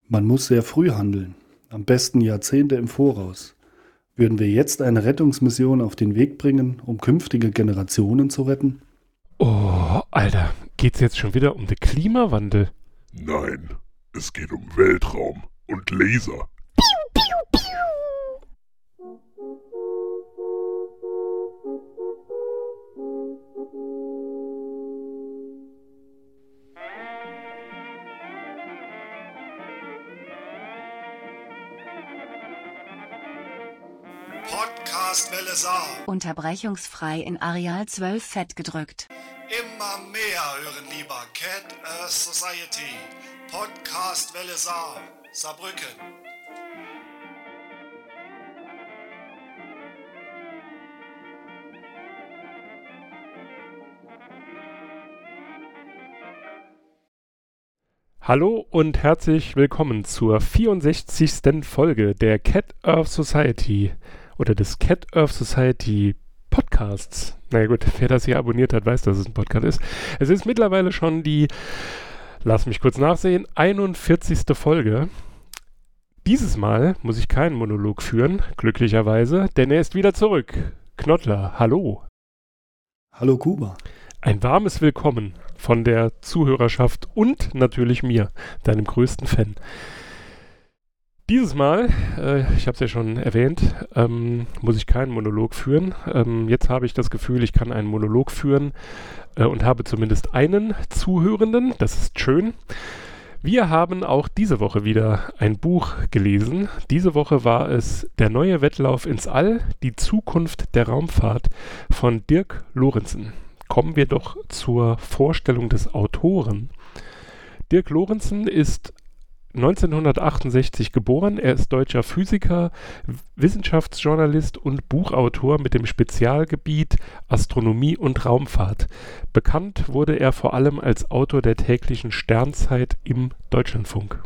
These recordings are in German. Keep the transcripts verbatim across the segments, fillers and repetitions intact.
Man muss sehr früh handeln, am besten Jahrzehnte im Voraus. Würden wir jetzt eine Rettungsmission auf den Weg bringen, um künftige Generationen zu retten? Oh, Alter, geht's jetzt schon wieder um den Klimawandel? Nein, es geht um Weltraum und Laser. Podcast Welle Saar. Unterbrechungsfrei in Areal zwölf fett gedrückt. Immer mehr hören lieber Cat Earth Society. Podcast Welle Saar. Saarbrücken. Hallo und herzlich willkommen zur vierundsechzigsten Folge der Cat Earth Society oder des Cat Earth Society Podcasts. Naja gut, wer das hier abonniert hat, weiß, dass es ein Podcast ist. Es ist mittlerweile schon die, lass mich kurz nachsehen, einundvierzigste Folge. Dieses Mal muss ich keinen Monolog führen, glücklicherweise, denn er ist wieder zurück. Knottler, hallo. Hallo Kuba. Ein warmes Willkommen von der Zuhörerschaft und natürlich mir, deinem größten Fan. Dieses Mal, äh, ich habe es ja schon erwähnt, ähm, muss ich keinen Monolog führen. Ähm, jetzt habe ich das Gefühl, ich kann einen Monolog führen äh, und habe zumindest einen Zuhörenden. Das ist schön. Wir haben auch diese Woche wieder ein Buch gelesen. Diese Woche war es Der neue Wettlauf ins All, die Zukunft der Raumfahrt von Dirk Lorenzen. Kommen wir doch zur Vorstellung des Autoren. Dirk Lorenzen ist neunzehnhundertachtundsechzig geboren. Er ist deutscher Physiker, Wissenschaftsjournalist und Buchautor mit dem Spezialgebiet Astronomie und Raumfahrt. Bekannt wurde er vor allem als Autor der täglichen Sternzeit im Deutschlandfunk.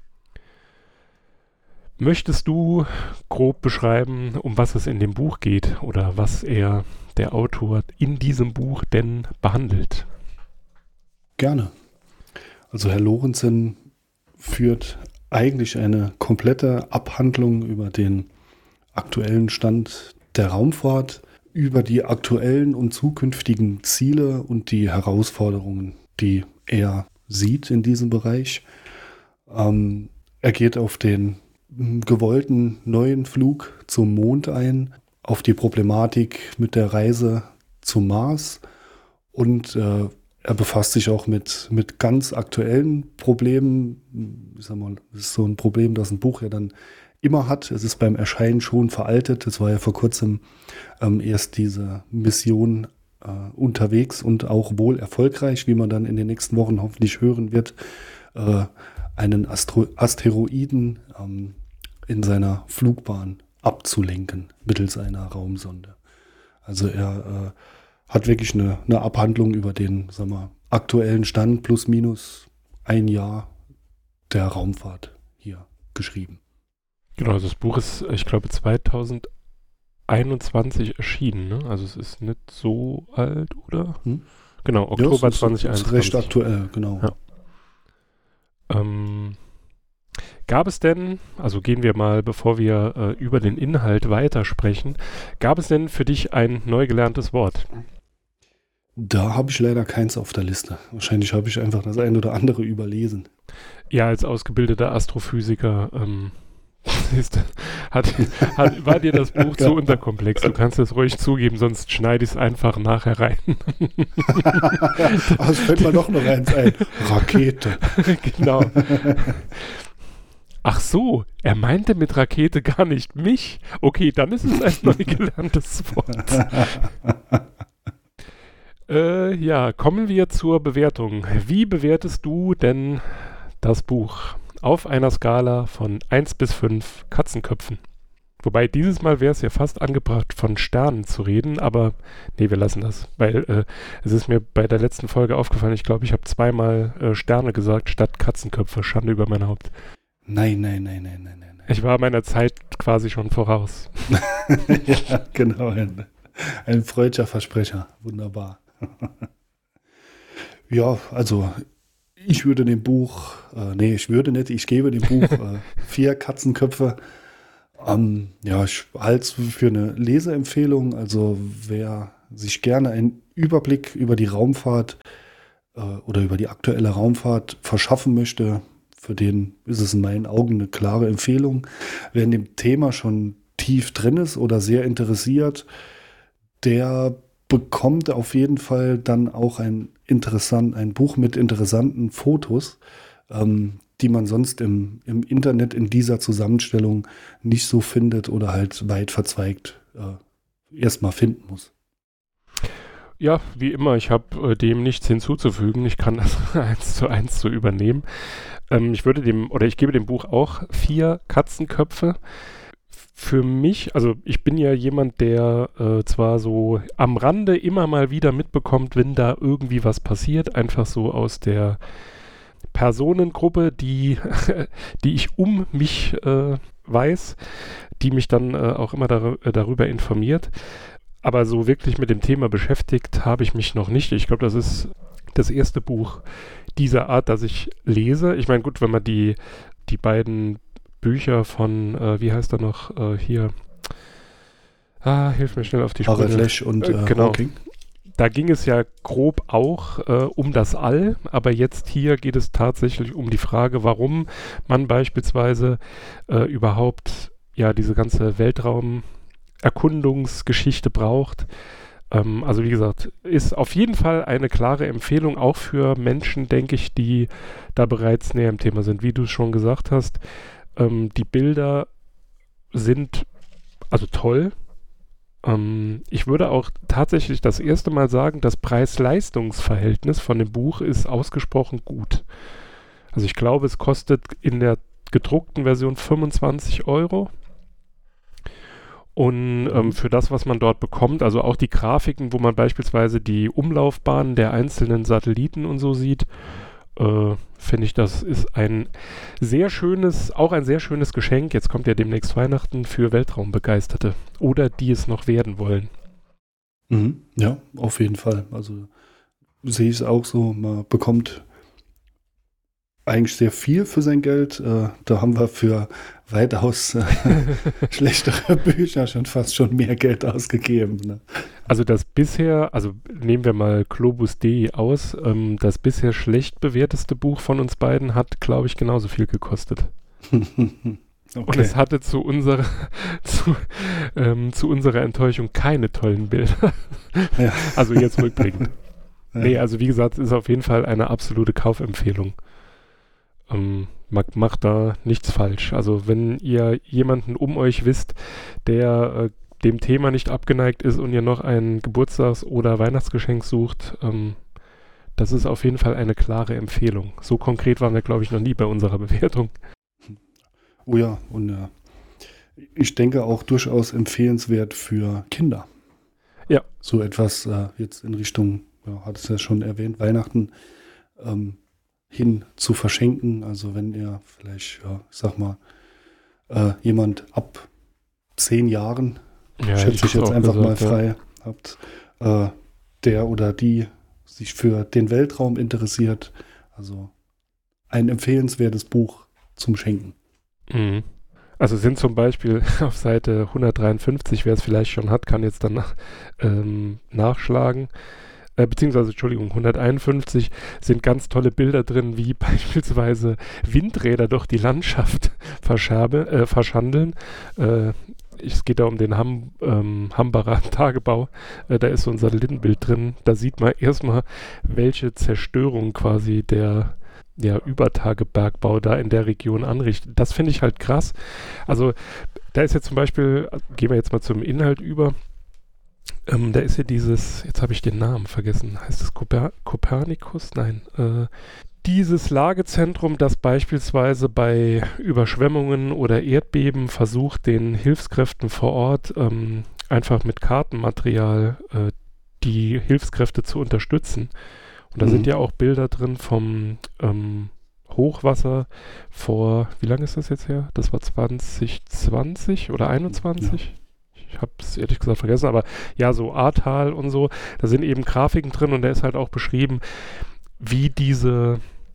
Möchtest du grob beschreiben, um was es in dem Buch geht oder was er, der Autor, in diesem Buch denn behandelt? Gerne. Also Herr Lorenzen führt eigentlich eine komplette Abhandlung über den aktuellen Stand der Raumfahrt, über die aktuellen und zukünftigen Ziele und die Herausforderungen, die er sieht in diesem Bereich. Ähm, er geht auf den gewollten neuen Flug zum Mond ein, auf die Problematik mit der Reise zum Mars und äh, er befasst sich auch mit, mit ganz aktuellen Problemen. Ich sag mal, das ist so ein Problem, das ein Buch ja dann immer hat. Es ist beim Erscheinen schon veraltet. Es war ja vor kurzem ähm, erst diese Mission äh, unterwegs und auch wohl erfolgreich, wie man dann in den nächsten Wochen hoffentlich hören wird, äh, einen Astro- Asteroiden ähm, in seiner Flugbahn abzulenken mittels einer Raumsonde. Also er äh, hat wirklich eine, eine Abhandlung über den, sagen wir, aktuellen Stand plus minus ein Jahr der Raumfahrt hier geschrieben. Genau, also das Buch ist, ich glaube, zweitausendeinundzwanzig erschienen, ne? Also es ist nicht so alt, oder? Hm? Genau, Oktober ja, es ist, zweitausendeinundzwanzig. Ist recht aktuell, genau. Ja. Ähm, gab es denn, also gehen wir mal, bevor wir äh, über den Inhalt weitersprechen, gab es denn für dich ein neu gelerntes Wort? Da habe ich leider keins auf der Liste. Wahrscheinlich habe ich einfach das ein oder andere überlesen. Ja, als ausgebildeter Astrophysiker ähm, ist, hat, hat, war dir das Buch zu unterkomplex. Du kannst es ruhig zugeben, sonst schneide ich es einfach nachher rein. Ach, es fällt mir doch noch eins ein. Rakete. Genau. Ach so, er meinte mit Rakete gar nicht mich. Okay, dann ist es ein neu gelerntes Wort. Äh, ja, kommen wir zur Bewertung. Wie bewertest du denn das Buch auf einer Skala von eins bis fünf Katzenköpfen? Wobei dieses Mal wäre es ja fast angebracht, von Sternen zu reden, aber nee, wir lassen das, weil äh, es ist mir bei der letzten Folge aufgefallen, ich glaube, ich habe zweimal äh, Sterne gesagt statt Katzenköpfe. Schande über mein Haupt. Nein, nein, nein, nein, nein, nein. Ich war meiner Zeit quasi schon voraus. Ja, genau. Ein, ein freudscher Versprecher. Wunderbar. Ja, also ich würde dem Buch, äh, nee, ich würde nicht, ich gebe dem Buch äh, vier Katzenköpfe. Ähm, ja, ich halte es für eine Leseempfehlung. Also wer sich gerne einen Überblick über die Raumfahrt äh, oder über die aktuelle Raumfahrt verschaffen möchte, für den ist es in meinen Augen eine klare Empfehlung. Wer in dem Thema schon tief drin ist oder sehr interessiert, der bekommt auf jeden Fall dann auch ein interessant, ein Buch mit interessanten Fotos, ähm, die man sonst im, im Internet in dieser Zusammenstellung nicht so findet oder halt weit verzweigt äh, erstmal finden muss. Ja, wie immer, ich habe äh, dem nichts hinzuzufügen. Ich kann das eins zu eins so übernehmen. Ähm, ich würde dem, oder ich gebe dem Buch auch vier Katzenköpfe. Für mich, also ich bin ja jemand, der äh, zwar so am Rande immer mal wieder mitbekommt, wenn da irgendwie was passiert, einfach so aus der Personengruppe, die, die ich um mich äh, weiß, die mich dann äh, auch immer dar- äh, darüber informiert. Aber so wirklich mit dem Thema beschäftigt habe ich mich noch nicht. Ich glaube, das ist das erste Buch dieser Art, das ich lese. Ich meine, gut, wenn man die, die beiden Bücher von, äh, wie heißt er noch, äh, hier, ah, hilf mir schnell auf die Sprünge. Harald Lesch und äh, genau. Hawking. Da ging es ja grob auch äh, um das All, aber jetzt hier geht es tatsächlich um die Frage, warum man beispielsweise äh, überhaupt ja diese ganze Weltraumerkundungsgeschichte braucht. Ähm, also wie gesagt, ist auf jeden Fall eine klare Empfehlung, auch für Menschen, denke ich, die da bereits näher im Thema sind. Wie du es schon gesagt hast, ähm, die Bilder sind also toll. Ähm, ich würde auch tatsächlich das erste Mal sagen, das Preis-Leistungs-Verhältnis von dem Buch ist ausgesprochen gut. Also ich glaube, es kostet in der gedruckten Version fünfundzwanzig Euro. Und ähm, für das, was man dort bekommt, also auch die Grafiken, wo man beispielsweise die Umlaufbahnen der einzelnen Satelliten und so sieht, äh, finde ich, das ist ein sehr schönes, auch ein sehr schönes Geschenk. Jetzt kommt ja demnächst Weihnachten für Weltraumbegeisterte oder die es noch werden wollen. Mhm. Ja, auf jeden Fall. Also sehe ich es auch so, man bekommt eigentlich sehr viel für sein Geld. Äh, da haben wir für weitaus äh, schlechtere Bücher schon fast schon mehr Geld ausgegeben. Ne? Also das bisher, also nehmen wir mal Globus Dei aus, ähm, das bisher schlecht bewerteste Buch von uns beiden hat, glaube ich, genauso viel gekostet. Okay. Und es hatte zu unserer, zu, ähm, zu unserer Enttäuschung keine tollen Bilder. Ja. Also jetzt rückblickend. Ja. Nee, also wie gesagt, ist auf jeden Fall eine absolute Kaufempfehlung. Ähm, macht da nichts falsch. Also wenn ihr jemanden um euch wisst, der äh, dem Thema nicht abgeneigt ist und ihr noch ein Geburtstags- oder Weihnachtsgeschenk sucht, ähm, das ist auf jeden Fall eine klare Empfehlung. So konkret waren wir, glaube ich, noch nie bei unserer Bewertung. Oh ja, und äh, ich denke auch durchaus empfehlenswert für Kinder. Ja. So etwas äh, jetzt in Richtung, ja, hat es ja schon erwähnt, Weihnachten ähm, hin zu verschenken. Also wenn ihr vielleicht, ja, ich sag mal, äh, jemand ab zehn Jahren, Ja, schätze ich jetzt auch einfach gesagt, mal frei, ja. habt, äh, der oder die sich für den Weltraum interessiert. Also ein empfehlenswertes Buch zum Schenken. Mhm. Also sind zum Beispiel auf Seite hundertdreiundfünfzig, wer es vielleicht schon hat, kann jetzt dann nach, ähm, nachschlagen. Äh, beziehungsweise, Entschuldigung, hunderteinundfünfzig sind ganz tolle Bilder drin, wie beispielsweise Windräder durch die Landschaft verschabe, äh, verschandeln. Äh, es geht da um den Ham, ähm, Hambacher Tagebau. Äh, da ist so ein Satellitenbild drin. Da sieht man erstmal, welche Zerstörung quasi der ja, Übertagebergbau da in der Region anrichtet. Das finde ich halt krass. Also da ist jetzt zum Beispiel, gehen wir jetzt mal zum Inhalt über, ähm, da ist ja dieses, jetzt habe ich den Namen vergessen, heißt es Koper- Kopernikus? Nein. Äh, dieses Lagezentrum, das beispielsweise bei Überschwemmungen oder Erdbeben versucht, den Hilfskräften vor Ort ähm, einfach mit Kartenmaterial äh, die Hilfskräfte zu unterstützen. Und da mhm. sind ja auch Bilder drin vom ähm, Hochwasser vor, wie lange ist das jetzt her? Das war zwanzig zwanzig oder einundzwanzig? Ja. Ich habe es ehrlich gesagt vergessen, aber ja, so Ahrtal und so, da sind eben Grafiken drin und da ist halt auch beschrieben, wie diese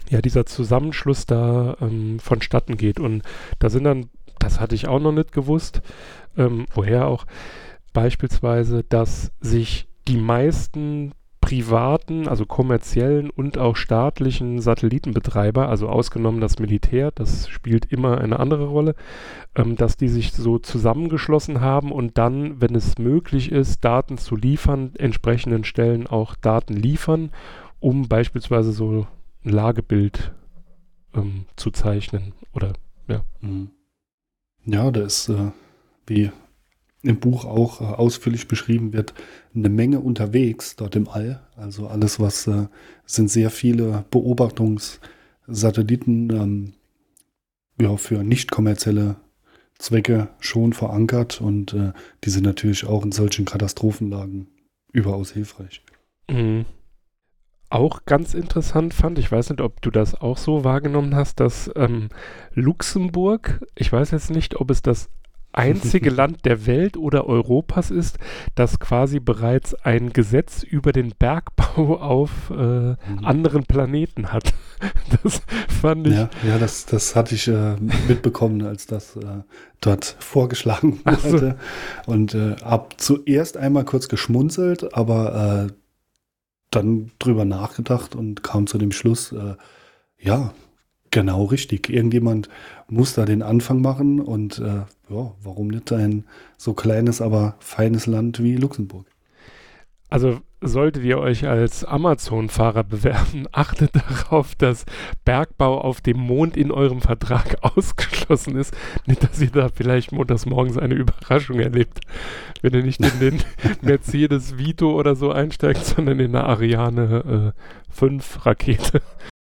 ja, dieser Zusammenschluss da ähm, vonstatten geht. Und da sind dann, das hatte ich auch noch nicht gewusst, ähm, woher auch, beispielsweise, dass sich die meisten privaten, also kommerziellen und auch staatlichen Satellitenbetreiber, also ausgenommen das Militär, das spielt immer eine andere Rolle, ähm, dass die sich so zusammengeschlossen haben und dann, wenn es möglich ist, Daten zu liefern, entsprechenden Stellen auch Daten liefern, um beispielsweise so ein Lagebild ähm, zu zeichnen oder ja. Ja, da ist, äh, wie im Buch auch äh, ausführlich beschrieben wird, eine Menge unterwegs dort im All. Also alles, was äh, sind sehr viele Beobachtungssatelliten ähm, ja, für nicht kommerzielle Zwecke schon verankert und äh, die sind natürlich auch in solchen Katastrophenlagen überaus hilfreich. Mhm. Auch ganz interessant fand, ich weiß nicht, ob du das auch so wahrgenommen hast, dass ähm, Luxemburg, ich weiß jetzt nicht, ob es das einzige Land der Welt oder Europas ist, das quasi bereits ein Gesetz über den Bergbau auf äh, mhm. anderen Planeten hat. Das fand ich... Ja, ja das, das hatte ich äh, mitbekommen, als das äh, dort vorgeschlagen wurde. So. Und äh, habe zuerst einmal kurz geschmunzelt, aber äh, dann drüber nachgedacht und kam zu dem Schluss, äh, ja, genau richtig. Irgendjemand muss da den Anfang machen und äh, ja, warum nicht ein so kleines, aber feines Land wie Luxemburg? Also solltet ihr euch als Amazon-Fahrer bewerben, achtet darauf, dass Bergbau auf dem Mond in eurem Vertrag ausgeschlossen ist. Nicht, dass ihr da vielleicht montags morgens eine Überraschung erlebt, wenn ihr nicht in den Mercedes Vito oder so einsteigt, sondern in eine Ariane äh, fünf Rakete.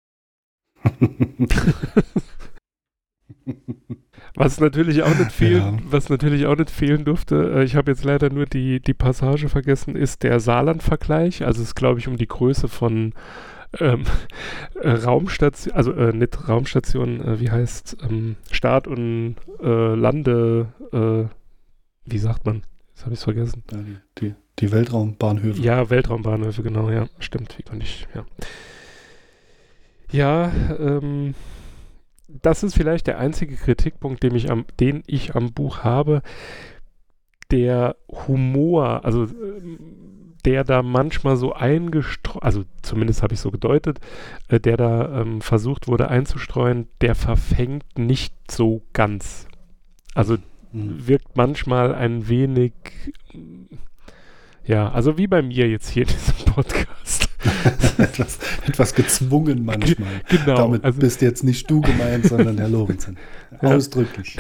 Was natürlich auch nicht fehlen, ja. was natürlich auch nicht fehlen durfte, ich habe jetzt leider nur die, die Passage vergessen, ist der Saarland-Vergleich. Also es ist, glaube ich, um die Größe von ähm, äh, Raumstation, also äh, nicht Raumstation, äh, wie heißt ähm, Start- und äh, Lande, äh, wie sagt man? Jetzt habe ich es vergessen. Ja, die, die, die Weltraumbahnhöfe. Ja, Weltraumbahnhöfe, genau, ja, stimmt. Wie konnte ich, ja. Ja, ähm, das ist vielleicht der einzige Kritikpunkt, den ich am, den ich am Buch habe. Der Humor, also der da manchmal so eingestreut, also zumindest habe ich so gedeutet, äh, der da ähm, versucht wurde einzustreuen, der verfängt nicht so ganz. Also mhm. wirkt manchmal ein wenig, ja, also wie bei mir jetzt hier in diesem Podcast. etwas, etwas gezwungen manchmal. Genau. Damit also, bist jetzt nicht du gemeint, sondern Herr Lorenzen. Ja. Ausdrücklich.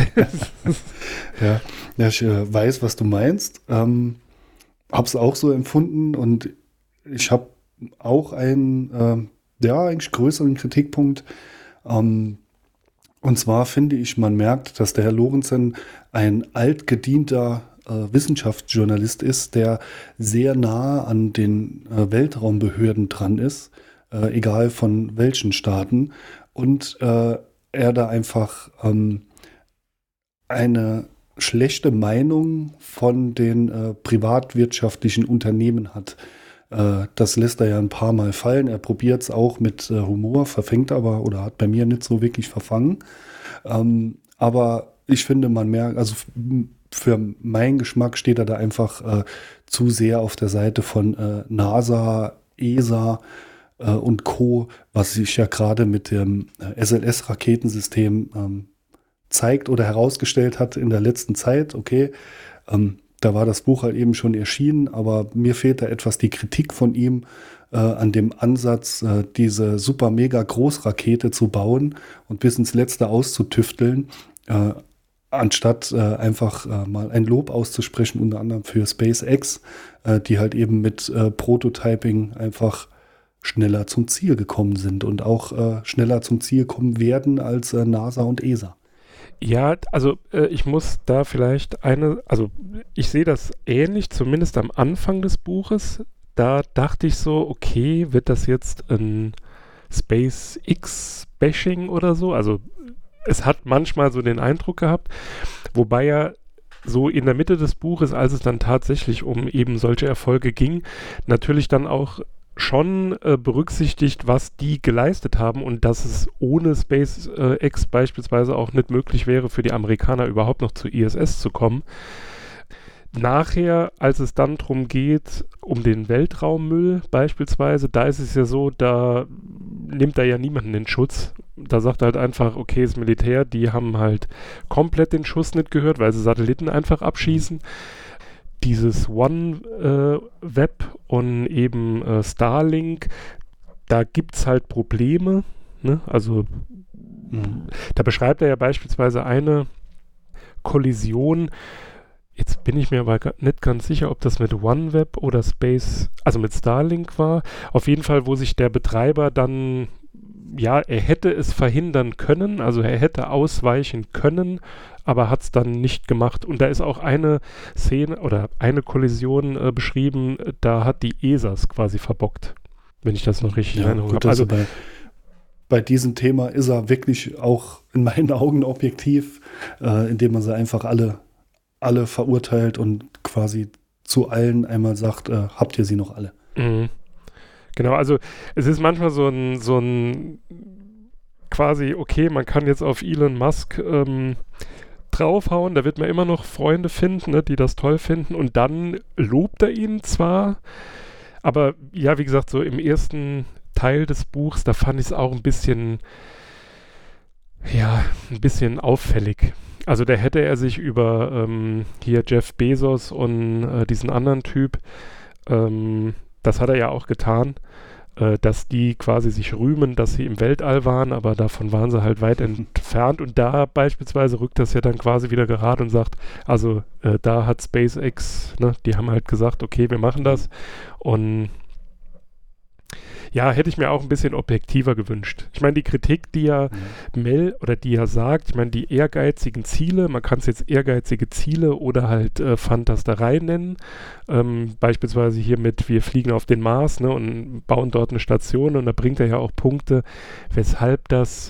ja. ja, ich äh, weiß, was du meinst. Ähm, hab's auch so empfunden und ich habe auch einen, äh, ja, eigentlich größeren Kritikpunkt. Ähm, und zwar finde ich, man merkt, dass der Herr Lorenzen ein altgedienter Äh, Wissenschaftsjournalist ist, der sehr nah an den äh, Weltraumbehörden dran ist, äh, egal von welchen Staaten, und äh, er da einfach ähm, eine schlechte Meinung von den äh, privatwirtschaftlichen Unternehmen hat. Äh, das lässt er ja ein paar Mal fallen. Er probiert es auch mit äh, Humor, verfängt aber oder hat bei mir nicht so wirklich verfangen. Ähm, aber ich finde, man merkt, also für meinen Geschmack steht er da einfach äh, zu sehr auf der Seite von äh, NASA, E S A äh, und Co., was sich ja gerade mit dem äh, S L S-Raketensystem ähm, zeigt oder herausgestellt hat in der letzten Zeit. Okay, ähm, da war das Buch halt eben schon erschienen, aber mir fehlt da etwas die Kritik von ihm äh, an dem Ansatz, äh, diese super mega Großrakete zu bauen und bis ins Letzte auszutüfteln, äh, anstatt äh, einfach äh, mal ein Lob auszusprechen, unter anderem für SpaceX, äh, die halt eben mit äh, Prototyping einfach schneller zum Ziel gekommen sind und auch äh, schneller zum Ziel kommen werden als äh, NASA und E S A. Ja, also äh, ich muss da vielleicht eine, also ich sehe das ähnlich, zumindest am Anfang des Buches. Da dachte ich so, okay, wird das jetzt ein SpaceX-Bashing oder so? Also es hat manchmal so den Eindruck gehabt, wobei ja so in der Mitte des Buches, als es dann tatsächlich um eben solche Erfolge ging, natürlich dann auch schon äh, berücksichtigt, was die geleistet haben und dass es ohne SpaceX beispielsweise auch nicht möglich wäre, für die Amerikaner überhaupt noch zur I S S zu kommen. Nachher, als es dann darum geht, um den Weltraummüll beispielsweise, da ist es ja so, da nimmt er ja niemanden in Schutz. Da sagt er halt einfach, okay, das Militär, die haben halt komplett den Schuss nicht gehört, weil sie Satelliten einfach abschießen. Dieses OneWeb äh, und eben äh, Starlink, da gibt es halt Probleme. Ne? Also mhm. da beschreibt er ja beispielsweise eine Kollision. Jetzt bin ich mir aber nicht ganz sicher, ob das mit OneWeb oder Space, also mit Starlink war. Auf jeden Fall, wo sich der Betreiber dann, ja, er hätte es verhindern können, also er hätte ausweichen können, aber hat es dann nicht gemacht. Und da ist auch eine Szene oder eine Kollision äh, beschrieben, da hat die E S A es quasi verbockt, wenn ich das noch richtig ja, in Erinnerung habe. Also, also bei, bei diesem Thema ist er wirklich auch in meinen Augen objektiv, äh, indem man sie einfach alle, alle verurteilt und quasi zu allen einmal sagt, äh, habt ihr sie noch alle? Mhm. Genau, also es ist manchmal so ein, so ein quasi, okay, man kann jetzt auf Elon Musk ähm, draufhauen, da wird man immer noch Freunde finden, ne, die das toll finden und dann lobt er ihn zwar, aber ja, wie gesagt, so im ersten Teil des Buchs, da fand ich es auch ein bisschen, ja, ein bisschen auffällig. Also da hätte er sich über ähm, hier Jeff Bezos und äh, diesen anderen Typ, ähm, das hat er ja auch getan, äh, dass die quasi sich rühmen, dass sie im Weltall waren, aber davon waren sie halt weit entfernt und da beispielsweise rückt das ja dann quasi wieder gerade und sagt, also äh, da hat SpaceX, ne, die haben halt gesagt, okay, wir machen das und ja, hätte ich mir auch ein bisschen objektiver gewünscht. Ich meine, die Kritik, die ja mhm. Mel oder die ja sagt, ich meine, die ehrgeizigen Ziele, man kann es jetzt ehrgeizige Ziele oder halt äh, Fantasterei nennen, ähm, beispielsweise hier mit, wir fliegen auf den Mars, ne, und bauen dort eine Station und da bringt er ja auch Punkte, weshalb das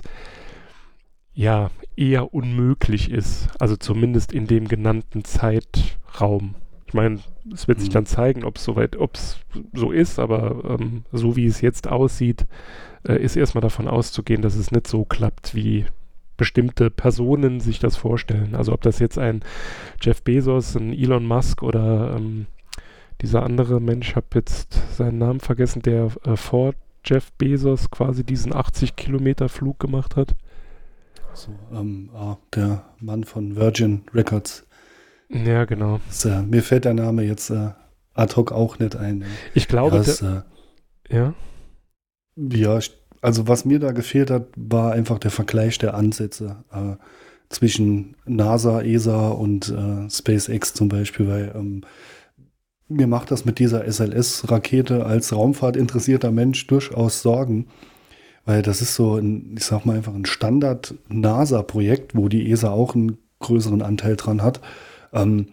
ja eher unmöglich ist, also zumindest in dem genannten Zeitraum. Ich meine, es wird sich dann zeigen, ob es soweit, ob es so ist, aber ähm, so wie es jetzt aussieht, äh, ist erstmal davon auszugehen, dass es nicht so klappt, wie bestimmte Personen sich das vorstellen. Also ob das jetzt ein Jeff Bezos, ein Elon Musk oder ähm, dieser andere Mensch, ich habe jetzt seinen Namen vergessen, der äh, vor Jeff Bezos quasi diesen achtzig Kilometer Flug gemacht hat. So, ähm, ah, der Mann von Virgin Records. Ja, genau. Das, äh, mir fällt der Name jetzt äh, ad hoc auch nicht ein. Ich glaube, ja, das, der, äh, ja. Ja, also was mir da gefehlt hat, war einfach der Vergleich der Ansätze äh, zwischen NASA, E S A und äh, SpaceX zum Beispiel, weil ähm, mir macht das mit dieser S L S-Rakete als raumfahrtinteressierter Mensch durchaus Sorgen, weil das ist so ein, ich sag mal einfach ein Standard-NASA-Projekt, wo die E S A auch einen größeren Anteil dran hat. Ähm,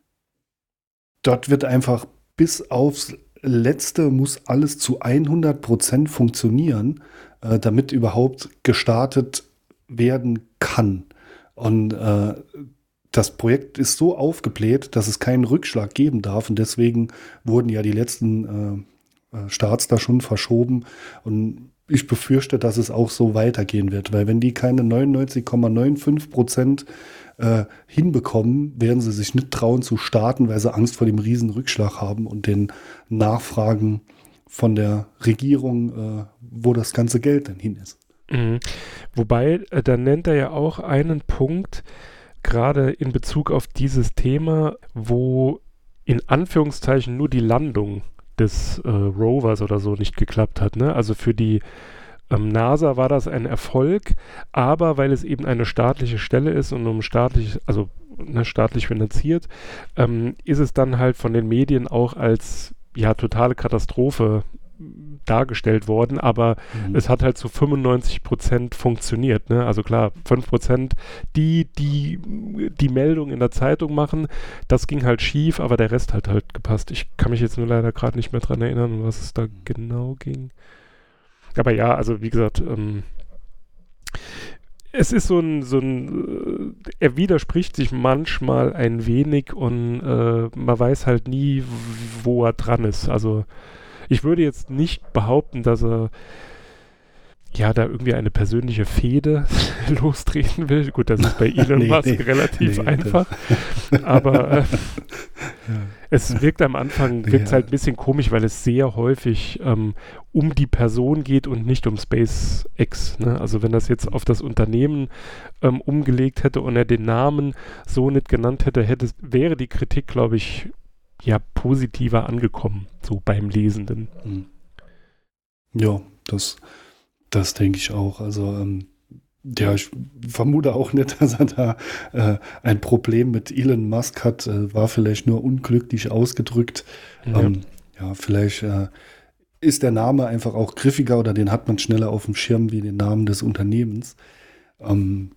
dort wird einfach bis aufs Letzte muss alles zu hundert Prozent funktionieren, äh, damit überhaupt gestartet werden kann. Und äh, das Projekt ist so aufgebläht, dass es keinen Rückschlag geben darf. Und deswegen wurden ja die letzten äh, Starts da schon verschoben. Und ich befürchte, dass es auch so weitergehen wird. Weil wenn die keine neunundneunzig Komma fünfundneunzig Prozent Äh, hinbekommen, werden sie sich nicht trauen zu starten, weil sie Angst vor dem riesen Rückschlag haben und den Nachfragen von der Regierung, äh, wo das ganze Geld denn hin ist. Mhm. Wobei, äh, da nennt er ja auch einen Punkt, gerade in Bezug auf dieses Thema, wo in Anführungszeichen nur die Landung des äh, Rovers oder so nicht geklappt hat, ne? Also für die Ähm, NASA war das ein Erfolg, aber weil es eben eine staatliche Stelle ist und um staatlich, also ne, staatlich finanziert, ähm, ist es dann halt von den Medien auch als ja totale Katastrophe dargestellt worden, aber mhm. es hat halt zu fünfundneunzig Prozent funktioniert, ne? Also klar, fünf Prozent, die, die die Meldung in der Zeitung machen, das ging halt schief, aber der Rest hat halt gepasst. Ich kann mich jetzt nur leider gerade nicht mehr dran erinnern, um was es da genau ging. Aber ja, also wie gesagt, ähm, es ist so ein, so ein, äh, er widerspricht sich manchmal ein wenig und äh, man weiß halt nie, wo er dran ist. Also Ich würde jetzt nicht behaupten, dass er ja da irgendwie eine persönliche Fehde lostreten will. Gut, das ist bei Elon nee, Musk nee, relativ nee, einfach. Aber äh, ja. es wirkt am Anfang wirkt Ja. halt ein bisschen komisch, weil es sehr häufig ähm, um die Person geht und nicht um SpaceX. Ne? Also wenn das jetzt auf das Unternehmen ähm, umgelegt hätte und er den Namen so nicht genannt hätte, hätte wäre die Kritik, glaube ich, ja positiver angekommen, so beim Lesenden. Hm. Ja, das, das denke ich auch. Also ähm, ja, ich vermute auch nicht, dass er da äh, ein Problem mit Elon Musk hat. Äh, war vielleicht nur unglücklich ausgedrückt. Ja. Ähm, ja, vielleicht äh, ist der Name einfach auch griffiger oder den hat man schneller auf dem Schirm wie den Namen des Unternehmens. Ähm,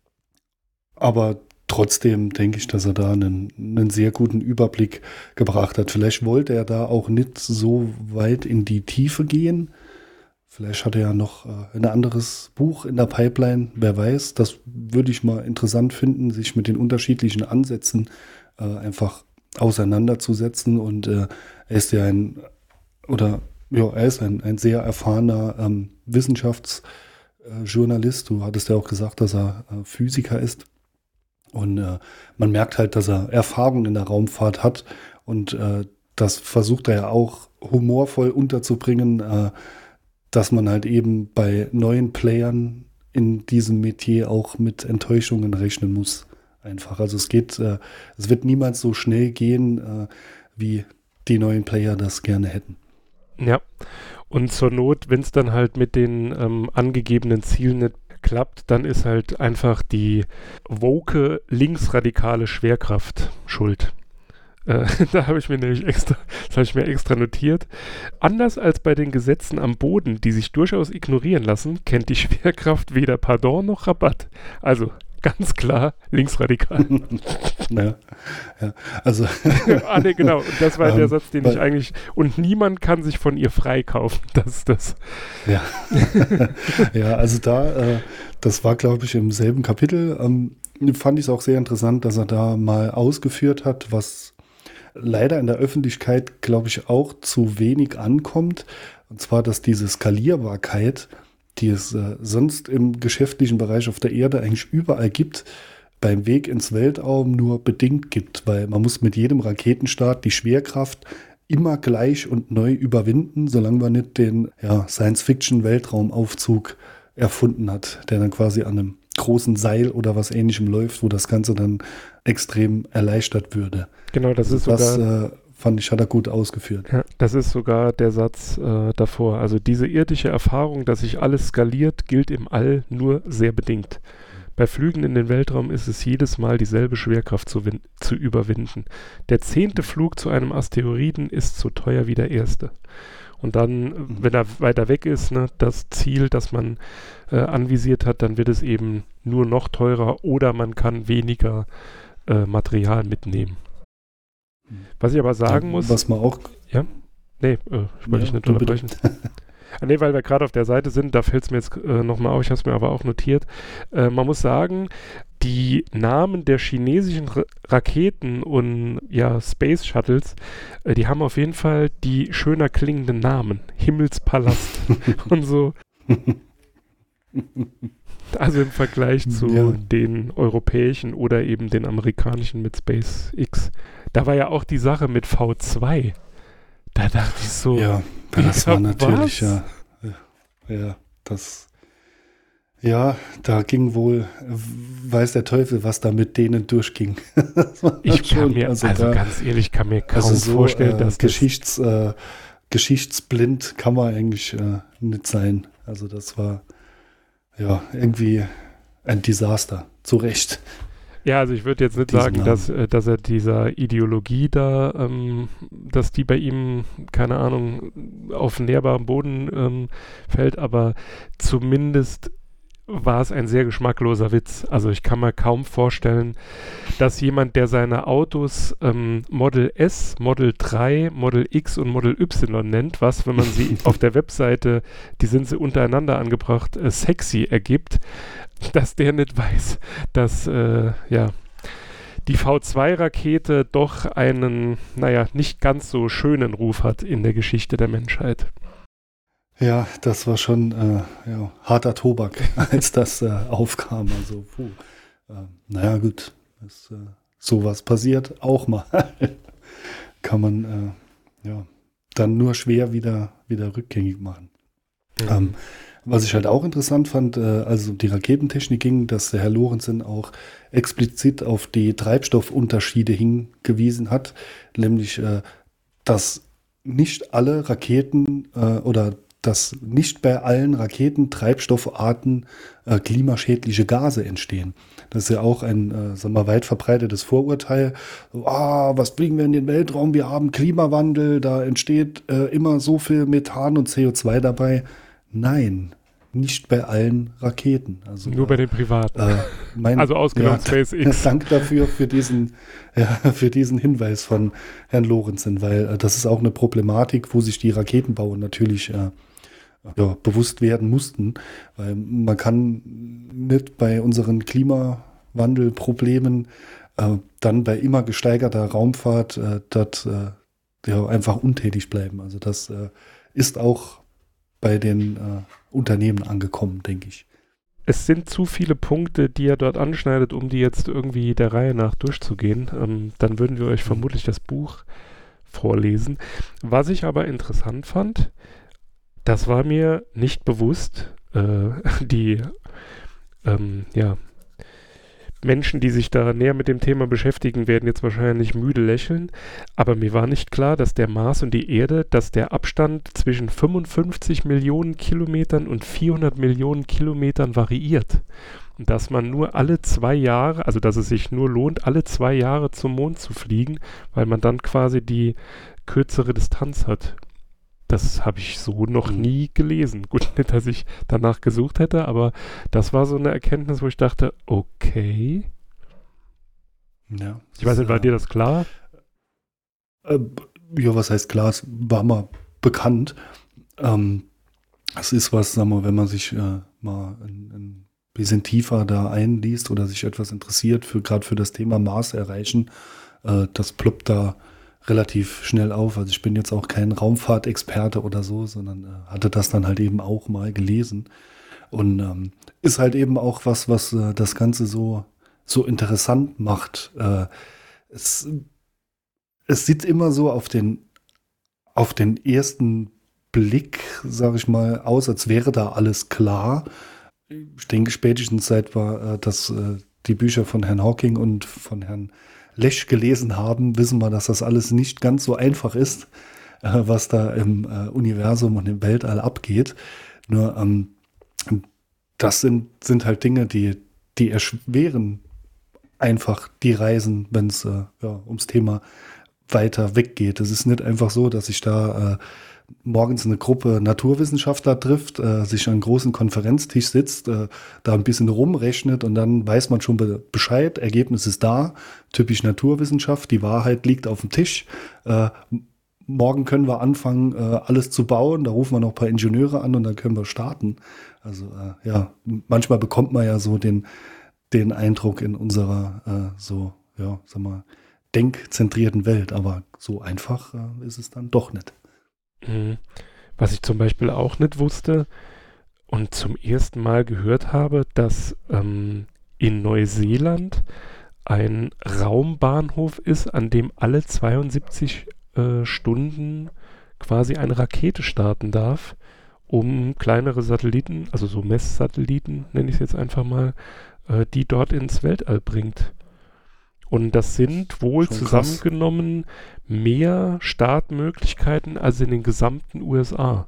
aber trotzdem denke ich, dass er da einen, einen sehr guten Überblick gebracht hat. Vielleicht wollte er da auch nicht so weit in die Tiefe gehen. Vielleicht hat er ja noch äh, ein anderes Buch in der Pipeline, wer weiß. Das würde ich mal interessant finden, sich mit den unterschiedlichen Ansätzen äh, einfach auseinanderzusetzen. Und äh, er ist ja ein, oder ja, er ist ein, ein sehr erfahrener ähm, Wissenschaftsjournalist. Du hattest ja auch gesagt, dass er äh, Physiker ist. Und äh, man merkt halt, dass er Erfahrung in der Raumfahrt hat. Und äh, das versucht er ja auch humorvoll unterzubringen, äh, dass man halt eben bei neuen Playern in diesem Metier auch mit Enttäuschungen rechnen muss. Einfach. Also es geht, äh, es wird niemals so schnell gehen, äh, wie die neuen Player das gerne hätten. Ja, und zur Not, wenn es dann halt mit den ähm, angegebenen Zielen nicht klappt, dann ist halt einfach die woke linksradikale Schwerkraft schuld. Äh, da habe ich mir nämlich extra, das habe ich mir extra notiert. Anders als bei den Gesetzen am Boden, die sich durchaus ignorieren lassen, kennt die Schwerkraft weder Pardon noch Rabatt. Also ganz klar linksradikal. Ja, ja, also ah ne, genau. Und das war ähm, der Satz, den weil, ich eigentlich... Und niemand kann sich von ihr freikaufen. Das ist das. Ja, ja, also da, äh, das war, glaube ich, im selben Kapitel. Ähm, fand ich es auch sehr interessant, dass er da mal ausgeführt hat, was leider in der Öffentlichkeit, glaube ich, auch zu wenig ankommt. Und zwar, dass diese Skalierbarkeit, die es äh, sonst im geschäftlichen Bereich auf der Erde eigentlich überall gibt, beim Weg ins Weltraum nur bedingt gibt, weil man muss mit jedem Raketenstart die Schwerkraft immer gleich und neu überwinden, solange man nicht den ja, Science-Fiction-Weltraumaufzug erfunden hat, der dann quasi an einem großen Seil oder was Ähnlichem läuft, wo das Ganze dann extrem erleichtert würde. Genau, das ist Das sogar... äh, fand ich, hat er gut ausgeführt. Ja, das ist sogar der Satz äh, davor. Also diese irdische Erfahrung, dass sich alles skaliert, gilt im All nur sehr bedingt. Bei Flügen in den Weltraum ist es jedes Mal dieselbe Schwerkraft zu, win- zu überwinden. Der zehnte Flug zu einem Asteroiden ist so teuer wie der erste. Und dann, wenn er weiter weg ist, ne, das Ziel, das man äh, anvisiert hat, dann wird es eben nur noch teurer oder man kann weniger äh, Material mitnehmen. Was ich aber sagen muss... Was man auch... Ja? Nee, äh, ich wollte Ja, dich nicht du unterbrechen. Ah, nee, weil wir gerade auf der Seite sind, da fällt es mir jetzt äh, nochmal auf, ich habe es mir aber auch notiert. Äh, man muss sagen, die Namen der chinesischen Ra- Raketen und ja, Space Shuttles, äh, die haben auf jeden Fall die schöner klingenden Namen. Himmelspalast und so. Also im Vergleich zu Ja. den europäischen oder eben den amerikanischen mit SpaceX. Da war ja auch die Sache mit V zwei. Da dachte ich so, Ja, das ja, war natürlich, was? ja, ja, das, ja, da ging wohl, weiß der Teufel, was da mit denen durchging. Das war ich kann schon, mir, also, da, ganz ehrlich, kann mir kaum also so, vorstellen, äh, dass das, Geschichts, äh, geschichtsblind kann man eigentlich äh, nicht sein. Also das war, ja, irgendwie ein Desaster, zu Recht. ja, also ich würde jetzt nicht Diesen sagen, Namen. dass, äh, dass er dieser Ideologie da, ähm, dass die bei ihm, keine Ahnung, auf nährbarem Boden ähm, fällt, aber zumindest war es ein sehr geschmackloser Witz. Also ich kann mir kaum vorstellen, dass jemand, der seine Autos ähm, Model S, Model drei, Model X und Model Y nennt, was, wenn man sie auf der Webseite, die sind sie untereinander angebracht, äh, sexy ergibt, dass der nicht weiß, dass äh, ja die V zwei Rakete doch einen, naja, nicht ganz so schönen Ruf hat in der Geschichte der Menschheit. Ja, das war schon äh, ja, harter Tobak, als das äh, aufkam. Also, puh. Äh, naja, gut, das, äh, sowas passiert auch mal. Kann man äh, ja dann nur schwer wieder, wieder rückgängig machen. Mhm. Ähm, was ich halt auch interessant fand, äh, als es um die Raketentechnik ging, dass der Herr Lorenzen auch explizit auf die Treibstoffunterschiede hingewiesen hat, nämlich, äh, dass nicht alle Raketen äh, oder dass nicht bei allen Raketentreibstoffarten äh, klimaschädliche Gase entstehen. Das ist ja auch ein, äh, sagen wir mal, weit verbreitetes Vorurteil. So, ah, was fliegen wir in den Weltraum? Wir haben Klimawandel, da entsteht äh, immer so viel Methan und C O zwei dabei. Nein, nicht bei allen Raketen. Also, Nur bei den privaten. Äh, mein, also ausgenommen ja, SpaceX. Dank dafür für diesen, ja, für diesen Hinweis von Herrn Lorenzen, weil äh, das ist auch eine Problematik, wo sich die Raketenbauer natürlich äh, ja, bewusst werden mussten. Weil man kann nicht bei unseren Klimawandelproblemen äh, dann bei immer gesteigerter Raumfahrt äh, dort äh, ja, einfach untätig bleiben. Also das äh, ist auch bei den äh, Unternehmen angekommen, denke ich. Es sind zu viele Punkte, die er dort anschneidet, um die jetzt irgendwie der Reihe nach durchzugehen. Ähm, dann würden wir euch vermutlich das Buch vorlesen. Was ich aber interessant fand, das war mir nicht bewusst, äh, die ähm, ja, Menschen, die sich da näher mit dem Thema beschäftigen, werden jetzt wahrscheinlich müde lächeln, aber mir war nicht klar, dass der Mars und die Erde, dass der Abstand zwischen fünfundfünfzig Millionen Kilometern und vierhundert Millionen Kilometern variiert. Und dass man nur alle zwei Jahre, also dass es sich nur lohnt, alle zwei Jahre zum Mond zu fliegen, weil man dann quasi die kürzere Distanz hat. Das habe ich so noch Mhm. nie gelesen. Gut, nicht, dass ich danach gesucht hätte, aber das war so eine Erkenntnis, wo ich dachte, okay. Ja, Ich weiß nicht, war äh, dir das klar? Äh, ja, was heißt klar, es war mal bekannt. Ähm, es ist was, sagen wir, wenn man sich äh, mal ein, ein bisschen tiefer da einliest oder sich etwas interessiert, für gerade für das Thema Mars erreichen, äh, das ploppt da relativ schnell auf. Also ich bin jetzt auch kein Raumfahrtexperte oder so, sondern äh, hatte das dann halt eben auch mal gelesen. Und ähm, ist halt eben auch was, was äh, das Ganze so, so interessant macht. Äh, es Es sieht immer so auf den, auf den ersten Blick, sage ich mal, aus, als wäre da alles klar. Ich denke spätestens seit wir äh, das, äh, die Bücher von Herrn Hawking und von Herrn Lesch gelesen haben, wissen wir, dass das alles nicht ganz so einfach ist, äh, was da im äh, Universum und im Weltall abgeht. Nur ähm, das sind, sind halt Dinge, die, die erschweren einfach die Reisen, wenn es äh, ja, ums Thema weiter weggeht. Es ist nicht einfach so, dass sich da äh, morgens eine Gruppe Naturwissenschaftler trifft, äh, sich an einem großen Konferenztisch sitzt, äh, da ein bisschen rumrechnet und dann weiß man schon be- Bescheid, Ergebnis ist da, typisch Naturwissenschaft, die Wahrheit liegt auf dem Tisch. Äh, morgen können wir anfangen, äh, alles zu bauen, da rufen wir noch ein paar Ingenieure an und dann können wir starten. Also äh, ja, manchmal bekommt man ja so den, den Eindruck in unserer äh, so, ja, sag mal, denkzentrierten Welt, aber so einfach äh, ist es dann doch nicht. Mhm. Was ich zum Beispiel auch nicht wusste und zum ersten Mal gehört habe, dass ähm, in Neuseeland ein Raumbahnhof ist, an dem alle zweiundsiebzig äh, Stunden quasi eine Rakete starten darf, um kleinere Satelliten, also so Messsatelliten, nenne ich es jetzt einfach mal, äh, die dort ins Weltall bringt. Und das sind wohl Schon krass. zusammengenommen mehr Startmöglichkeiten als in den gesamten U S A.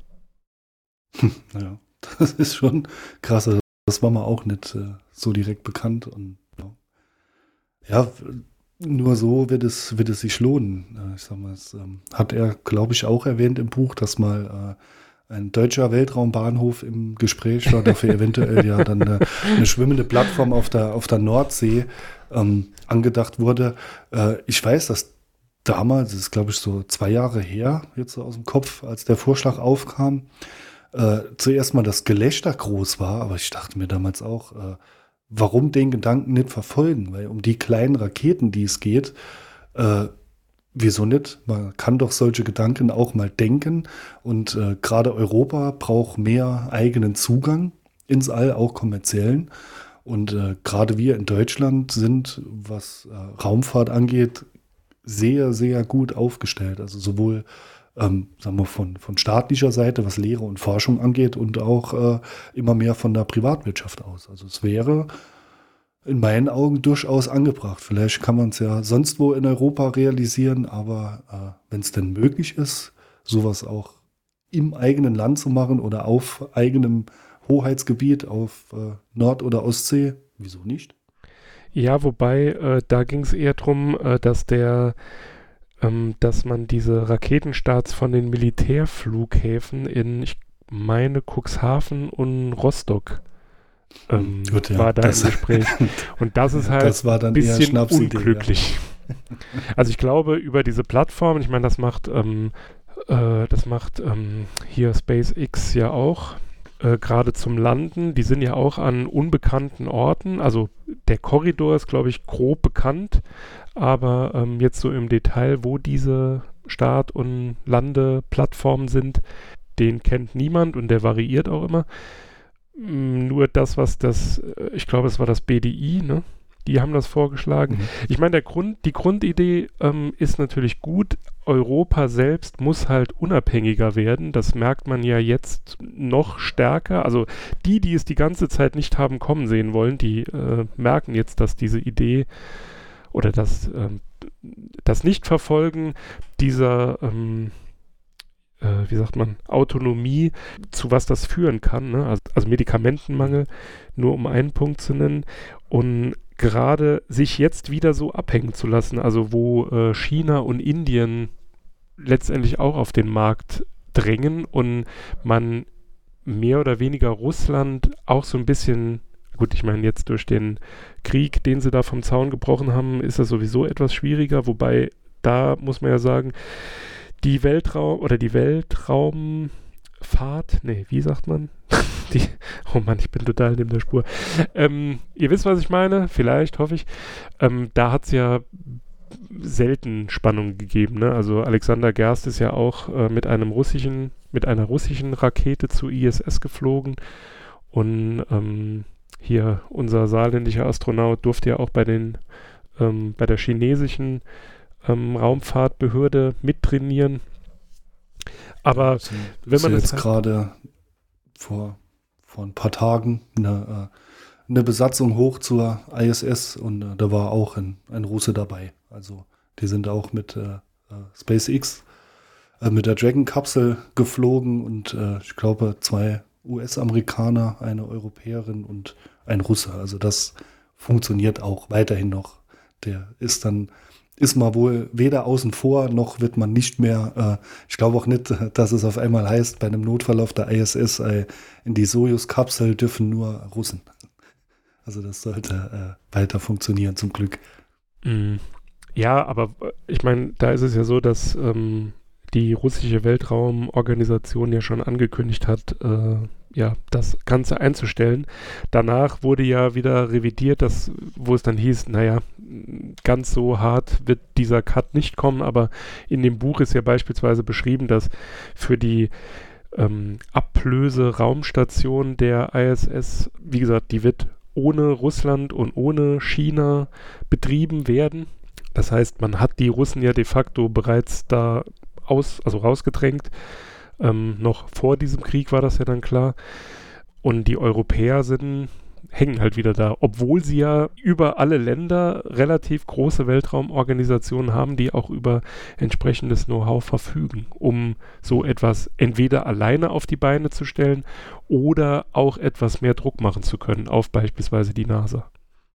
Ja, das ist schon krass. Also das war mir auch nicht äh, so direkt bekannt. Und ja, ja nur so wird es, wird es sich lohnen. Äh, ich sag mal, es ähm, hat er, glaube ich, auch erwähnt im Buch, dass mal äh, ein deutscher Weltraumbahnhof im Gespräch war, dafür eventuell ja dann eine, eine schwimmende Plattform auf der, auf der Nordsee ähm, angedacht wurde. Äh, ich weiß, dass damals, das ist glaube ich so zwei Jahre her, jetzt so aus dem Kopf, als der Vorschlag aufkam, äh, zuerst mal das Gelächter groß war, aber ich dachte mir damals auch, äh, warum den Gedanken nicht verfolgen? Weil um die kleinen Raketen, die es geht, äh, wieso nicht? Man kann doch solche Gedanken auch mal denken. Und äh, gerade Europa braucht mehr eigenen Zugang ins All, auch kommerziellen. Und äh, gerade wir in Deutschland sind, was äh, Raumfahrt angeht, sehr, sehr gut aufgestellt. Also sowohl ähm, sagen wir von, von staatlicher Seite, was Lehre und Forschung angeht, und auch äh, immer mehr von der Privatwirtschaft aus. Also es wäre in meinen Augen durchaus angebracht. Vielleicht kann man es ja sonst wo in Europa realisieren, aber äh, wenn es denn möglich ist, sowas auch im eigenen Land zu machen oder auf eigenem Hoheitsgebiet, auf äh, Nord- oder Ostsee, wieso nicht? Ja, wobei, äh, da ging es eher darum, äh, dass der, ähm, dass man diese Raketenstarts von den Militärflughäfen in, ich meine, Cuxhaven und Rostock ähm, Gut, ja, war da das, im Gespräch. Und das ist halt das war dann ein eher bisschen Schnapsidee, unglücklich. Ja. Also ich glaube, über diese Plattform, ich meine, das macht, ähm, äh, das macht ähm, hier SpaceX ja auch, äh, gerade zum Landen. Die sind ja auch an unbekannten Orten. Also der Korridor ist, glaube ich, grob bekannt, aber ähm, jetzt so im Detail, wo diese Start- und Landeplattformen sind, den kennt niemand und der variiert auch immer. Nur das, was das, ich glaube, es war das B D I, ne? Die haben das vorgeschlagen. Mhm. Ich meine, der Grund, die Grundidee ähm, ist natürlich gut. Europa selbst muss halt unabhängiger werden. Das merkt man ja jetzt noch stärker. Also die, die es die ganze Zeit nicht haben kommen sehen wollen, die äh, merken jetzt, dass diese Idee oder das, ähm, das Nichtverfolgen dieser ähm, äh, wie sagt man, Autonomie, zu was das führen kann, ne? Also, also Medikamentenmangel, nur um einen Punkt zu nennen. Und gerade sich jetzt wieder so abhängen zu lassen, also wo äh, China und Indien letztendlich auch auf den Markt drängen und man mehr oder weniger Russland auch so ein bisschen, gut, ich meine jetzt durch den Krieg, den sie da vom Zaun gebrochen haben, ist das sowieso etwas schwieriger, wobei da muss man ja sagen, die Weltraum oder die Weltraumfahrt, nee, wie sagt man? die, oh Mann, ich bin total neben der Spur. Ähm, ihr wisst, was ich meine? Vielleicht, hoffe ich. Ähm, da hat es ja selten Spannung gegeben, ne? Also Alexander Gerst ist ja auch äh, mit einem russischen, mit einer russischen Rakete zu I S S geflogen und ähm, hier unser saarländischer Astronaut durfte ja auch bei den ähm, bei der chinesischen Ähm, Raumfahrtbehörde mittrainieren. Aber ja, sind, wenn man jetzt halt gerade vor, vor ein paar Tagen eine, eine Besatzung hoch zur I S S und äh, da war auch ein, ein Russe dabei. Also die sind auch mit äh, SpaceX äh, mit der Dragon-Kapsel geflogen und äh, ich glaube zwei U S-Amerikaner, eine Europäerin und ein Russe. Also das funktioniert auch weiterhin noch. Der ist dann ist man wohl weder außen vor, noch wird man nicht mehr, äh, ich glaube auch nicht, dass es auf einmal heißt, bei einem Notfall auf der I S S, äh, in die Sojus-Kapsel dürfen nur Russen. Also das sollte äh, weiter funktionieren, zum Glück. Mm, ja, aber ich meine, da ist es ja so, dass ähm, die russische Weltraumorganisation ja schon angekündigt hat, äh, ja, das Ganze einzustellen. Danach wurde ja wieder revidiert, dass, wo es dann hieß, naja, ganz so hart wird dieser Cut nicht kommen, aber in dem Buch ist ja beispielsweise beschrieben, dass für die ähm, Ablöse-Raumstation der I S S, wie gesagt, die wird ohne Russland und ohne China betrieben werden. Das heißt, man hat die Russen ja de facto bereits da aus, also rausgedrängt. Ähm, noch vor diesem Krieg war das ja dann klar. Und die Europäer sind, hängen halt wieder da, obwohl sie ja über alle Länder relativ große Weltraumorganisationen haben, die auch über entsprechendes Know-how verfügen, um so etwas entweder alleine auf die Beine zu stellen oder auch etwas mehr Druck machen zu können auf beispielsweise die NASA.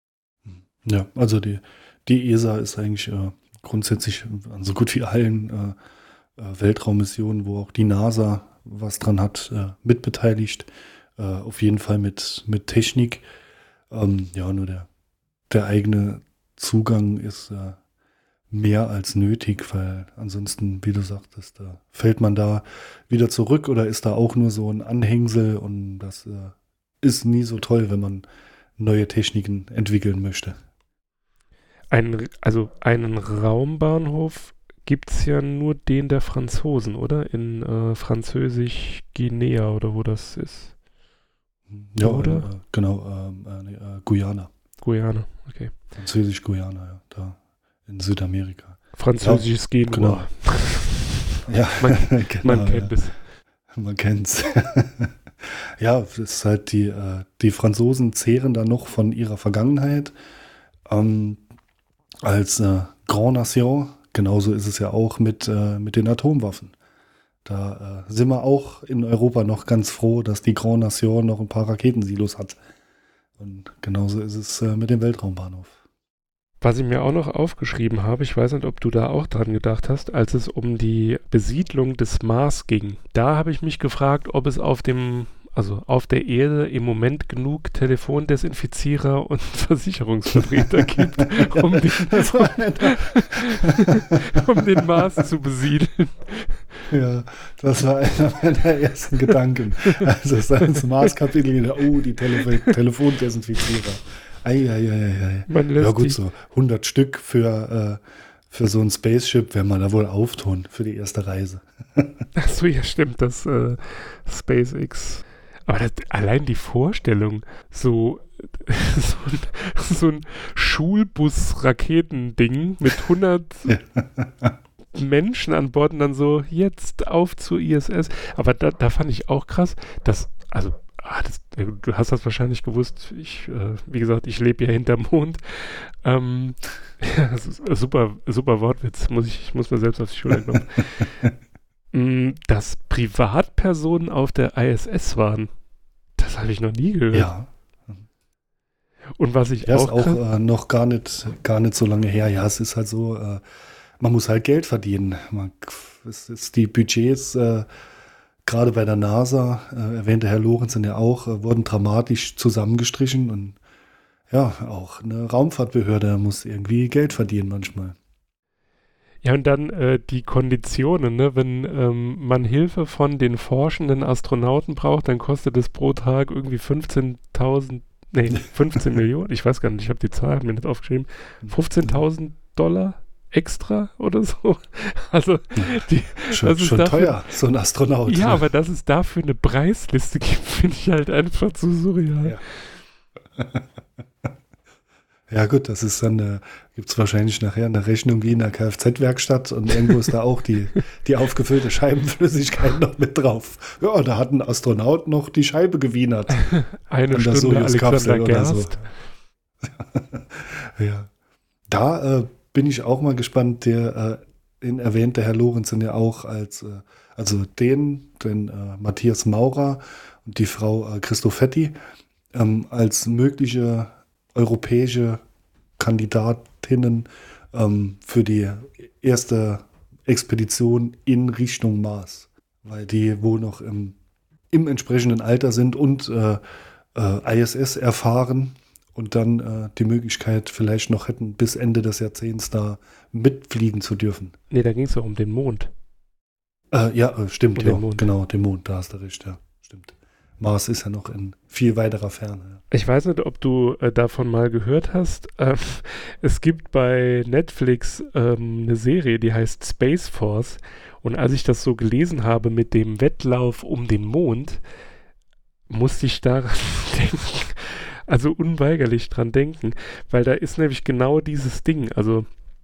Ja, also die, die E S A ist eigentlich äh, grundsätzlich an so gut wie allen äh, Weltraummissionen, wo auch die NASA was dran hat, äh, mitbeteiligt. Äh, auf jeden Fall mit, mit Technik. Ähm, ja, nur der, der eigene Zugang ist äh, mehr als nötig, weil ansonsten, wie du sagtest, da fällt man da wieder zurück oder ist da auch nur so ein Anhängsel und das äh, ist nie so toll, wenn man neue Techniken entwickeln möchte. Ein, also einen Raumbahnhof gibt es ja nur den der Franzosen, oder? In äh, Französisch-Guinea oder wo das ist. Ja, oder? Äh, genau, ähm, äh, nee, äh, Guyana. Guyana, okay. Französisch-Guyana, ja, da in Südamerika. Französisches ja, Genua. Genau. Ja, man, genau, man kennt ja. es. Man kennt's. Ja, das ist halt die, äh, die Franzosen zehren da noch von ihrer Vergangenheit ähm, als äh, Grand Nation. Genauso ist es ja auch mit, äh, mit den Atomwaffen. Da äh, sind wir auch in Europa noch ganz froh, dass die Grand Nation noch ein paar Raketensilos hat. Und genauso ist es äh, mit dem Weltraumbahnhof. Was ich mir auch noch aufgeschrieben habe, ich weiß nicht, ob du da auch dran gedacht hast, als es um die Besiedlung des Mars ging. Da habe ich mich gefragt, ob es auf dem, also auf der Erde im Moment genug Telefondesinfizierer und Versicherungsvertreter gibt, um den, um den Mars zu besiedeln. Ja, das war einer meiner ersten Gedanken. Also das Mars-Kapitel, oh, die Telef- Telefondesinfizierer. Eieieiei. Ja gut, so hundert Stück für, äh, für so ein Spaceship werden wir da wohl auftun für die erste Reise. Achso, ja stimmt, das äh, SpaceX. Aber das, allein die Vorstellung, so, so ein, so ein Schulbus-Raketending mit hundert ja. Menschen an Bord und dann so, jetzt auf zur I S S. Aber da, da fand ich auch krass, dass, also Ah, das, du hast das wahrscheinlich gewusst. Ich, äh, wie gesagt, ich lebe ja hinterm Mond. Ähm, ja, das ist ein super, super Wortwitz. Muss ich, ich muss mir selbst auf die Schulter kommen. mm, dass Privatpersonen auf der I S S waren, das habe ich noch nie gehört. Ja. Und was ich ja, auch... ist auch äh, noch gar nicht, gar nicht so lange her. Ja, es ist halt so, äh, man muss halt Geld verdienen. Man, es ist die Budgets... Äh, Gerade bei der NASA, äh, erwähnte Herr Lorenzen ja auch, äh, wurden dramatisch zusammengestrichen und ja, auch eine Raumfahrtbehörde muss irgendwie Geld verdienen manchmal. Ja, und dann äh, die Konditionen, ne? Wenn ähm, man Hilfe von den forschenden Astronauten braucht, dann kostet es pro Tag irgendwie fünfzehntausend, nee, fünfzehn Millionen, ich weiß gar nicht, ich habe die Zahl mir nicht aufgeschrieben, fünfzehntausend Dollar extra oder so. Also die, schon, das ist schon dafür, teuer, so ein Astronaut. Ja, aber dass es dafür eine Preisliste gibt, finde ich halt einfach zu surreal. Ja, ja gut, das ist dann, äh, gibt es wahrscheinlich nachher eine Rechnung wie in der Kfz-Werkstatt und irgendwo ist da auch die, die aufgefüllte Scheibenflüssigkeit noch mit drauf. Ja, da hat ein Astronaut noch die Scheibe gewienert. Eine Stunde Alexander Gerst. So. Ja. Da äh, bin ich auch mal gespannt, der äh, in erwähnte Herr Lorenzen ja auch als, äh, also den, den äh, Matthias Maurer und die Frau äh, Christofetti ähm, als mögliche europäische Kandidatinnen ähm, für die erste Expedition in Richtung Mars, weil die wohl noch im, im entsprechenden Alter sind und äh, äh, I S S erfahren. Und dann äh, die Möglichkeit vielleicht noch hätten, bis Ende des Jahrzehnts da mitfliegen zu dürfen. Nee, da ging es doch um den Mond. Äh, ja, äh, stimmt, um ja. Den Mond. Genau, den Mond, da hast du recht, ja. Stimmt. Mars ist ja noch in viel weiterer Ferne. Ja. Ich weiß nicht, ob du äh, davon mal gehört hast. Ähm, es gibt bei Netflix ähm, eine Serie, die heißt Space Force. Und als ich das so gelesen habe mit dem Wettlauf um den Mond, musste ich daran denken. Also unweigerlich dran denken, weil da ist nämlich genau dieses Ding, also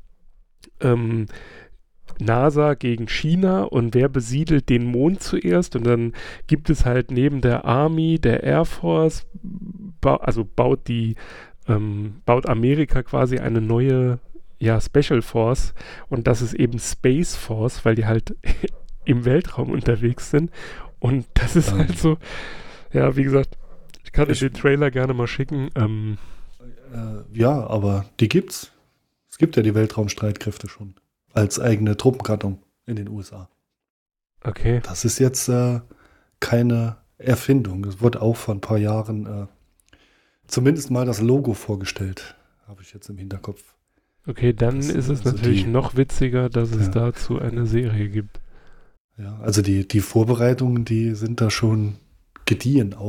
ähm, NASA gegen China und wer besiedelt den Mond zuerst und dann gibt es halt neben der Army, der Air Force, ba- also baut die, ähm, baut Amerika quasi eine neue, ja, Special Force und das ist eben Space Force, weil die halt im Weltraum unterwegs sind und das ist ähm. halt so, ja, wie gesagt, ich kann dir den Trailer gerne mal schicken. Ähm. Äh, ja, aber die gibt's. Es gibt ja die Weltraumstreitkräfte schon als eigene Truppengattung in den U S A. Okay. Das ist jetzt äh, keine Erfindung. Es wurde auch vor ein paar Jahren äh, zumindest mal das Logo vorgestellt. Habe ich jetzt im Hinterkopf. Okay, dann das, ist es also natürlich die, noch witziger, dass es ja. dazu eine Serie gibt. Ja, also die, die Vorbereitungen, die sind da schon gediehen, auch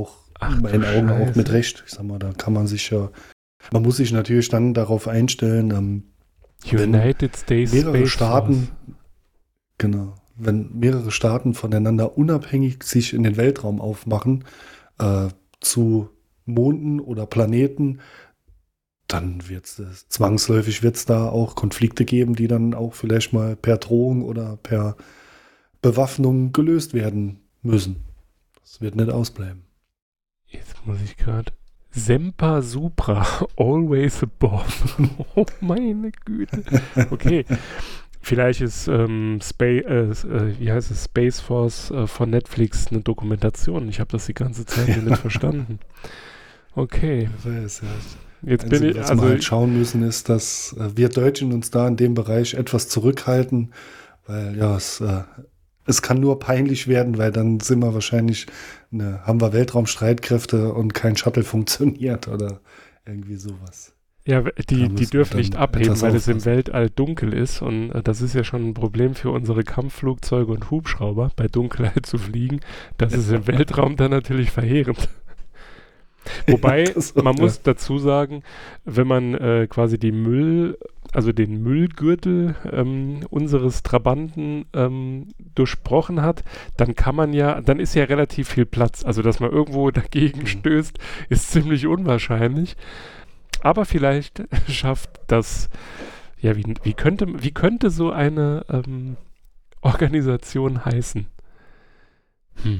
Ach, in meinen Augen Scheiße. auch mit Recht. Ich sag mal, da kann man sich ja, man muss sich natürlich dann darauf einstellen, ähm, United States mehrere Space Staaten, Force. genau, wenn mehrere Staaten voneinander unabhängig sich in den Weltraum aufmachen, äh, zu Monden oder Planeten, dann wird es zwangsläufig wird's da auch Konflikte geben, die dann auch vielleicht mal per Drohung oder per Bewaffnung gelöst werden müssen. Das wird nicht ausbleiben. Jetzt muss ich gerade. Semper Supra, always above. Oh meine Güte. Okay. Vielleicht ist ähm, Space, äh, wie heißt es, Space Force äh, von Netflix eine Dokumentation. Ich habe das die ganze Zeit ja. nicht verstanden. Okay. Wer weiß, ja. Jetzt bin ich, was also wir halt schauen müssen, ist, dass äh, wir Deutschen uns da in dem Bereich etwas zurückhalten, weil ja, es, äh, es kann nur peinlich werden, weil dann sind wir wahrscheinlich, ne, haben wir Weltraumstreitkräfte und kein Shuttle funktioniert oder irgendwie sowas. Ja, Da die, die müssen dürfen wir nicht dann abheben, etwas weil es im aufpassen. Weltall dunkel ist und äh, das ist ja schon ein Problem für unsere Kampfflugzeuge und Hubschrauber, bei Dunkelheit zu fliegen. Das ist im Weltraum dann natürlich verheerend. Wobei, Das- man ja. muss dazu sagen, wenn man äh, quasi die Müll, also den Müllgürtel ähm, unseres Trabanten ähm, durchbrochen hat, dann kann man ja, dann ist ja relativ viel Platz. Also, dass man irgendwo dagegen Mhm. stößt, ist ziemlich unwahrscheinlich. Aber vielleicht schafft das, ja, wie, wie, könnte, wie könnte so eine ähm, Organisation heißen? Hm.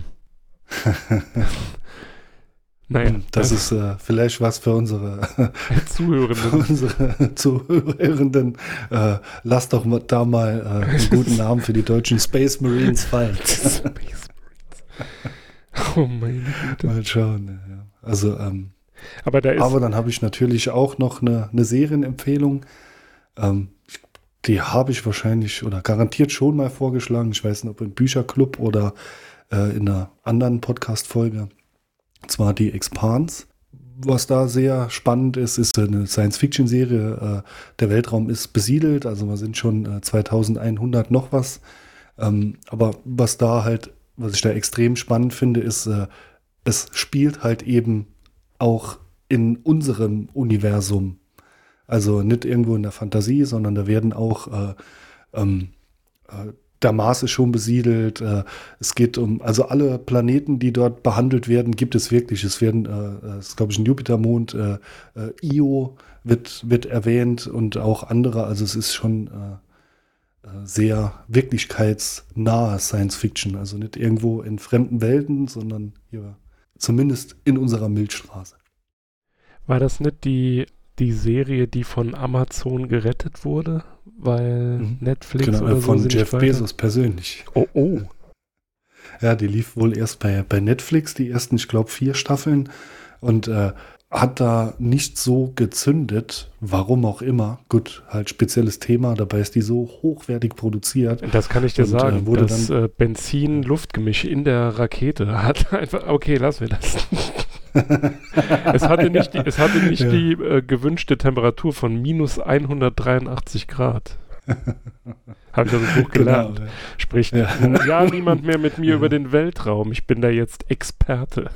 Naja, Das ist äh, vielleicht was für unsere, für Zuhörenden. unsere Zuhörenden. Äh, lasst doch mal, da mal äh, einen guten Namen für die deutschen Space Marines fallen. Space Marines. Oh meine Güte. Mal schauen. Ja. Also, ähm, Aber da ist, aber dann habe ich natürlich auch noch eine, eine Serienempfehlung. Ähm, die habe ich wahrscheinlich oder garantiert schon mal vorgeschlagen. Ich weiß nicht, ob im Bücherclub oder äh, in einer anderen Podcast-Folge. Und zwar die Expanse. Was da sehr spannend ist, ist eine Science-Fiction-Serie. Äh, der Weltraum ist besiedelt, also wir sind schon äh, zweitausendeinhundert noch was. Ähm, aber was da halt, was ich da extrem spannend finde, ist, äh, es spielt halt eben auch in unserem Universum. Also nicht irgendwo in der Fantasie, sondern da werden auch äh, ähm, äh, der Mars ist schon besiedelt. Äh, es geht um, also alle Planeten, die dort behandelt werden, gibt es wirklich. Es werden, äh, es ist, glaube ich, ein Jupitermond, äh, äh, Io wird, wird erwähnt und auch andere. Also es ist schon äh, äh, sehr wirklichkeitsnahe Science Fiction. Also nicht irgendwo in fremden Welten, sondern hier zumindest in unserer Milchstraße. war das nicht die, die Serie, die von Amazon gerettet wurde? Weil Mhm. Netflix Genau, oder äh, so von sind Jeff nicht weiter? Bezos persönlich. Oh, oh. Ja, die lief wohl erst bei, bei Netflix, die ersten, ich glaube, vier Staffeln und äh, hat da nicht so gezündet, warum auch immer. Gut, halt spezielles Thema, dabei ist die so hochwertig produziert. Das kann ich dir Und, sagen. äh, wurde das äh, Benzin-Luftgemisch in der Rakete hat einfach, okay, lassen wir das. es hatte nicht die, es hatte nicht Ja. die äh, gewünschte Temperatur von minus hundertdreiundachtzig Grad. Habe ich aus dem Buch gelernt. Genau, Spricht Ja. ja niemand mehr mit mir Ja. über den Weltraum. Ich bin da jetzt Experte.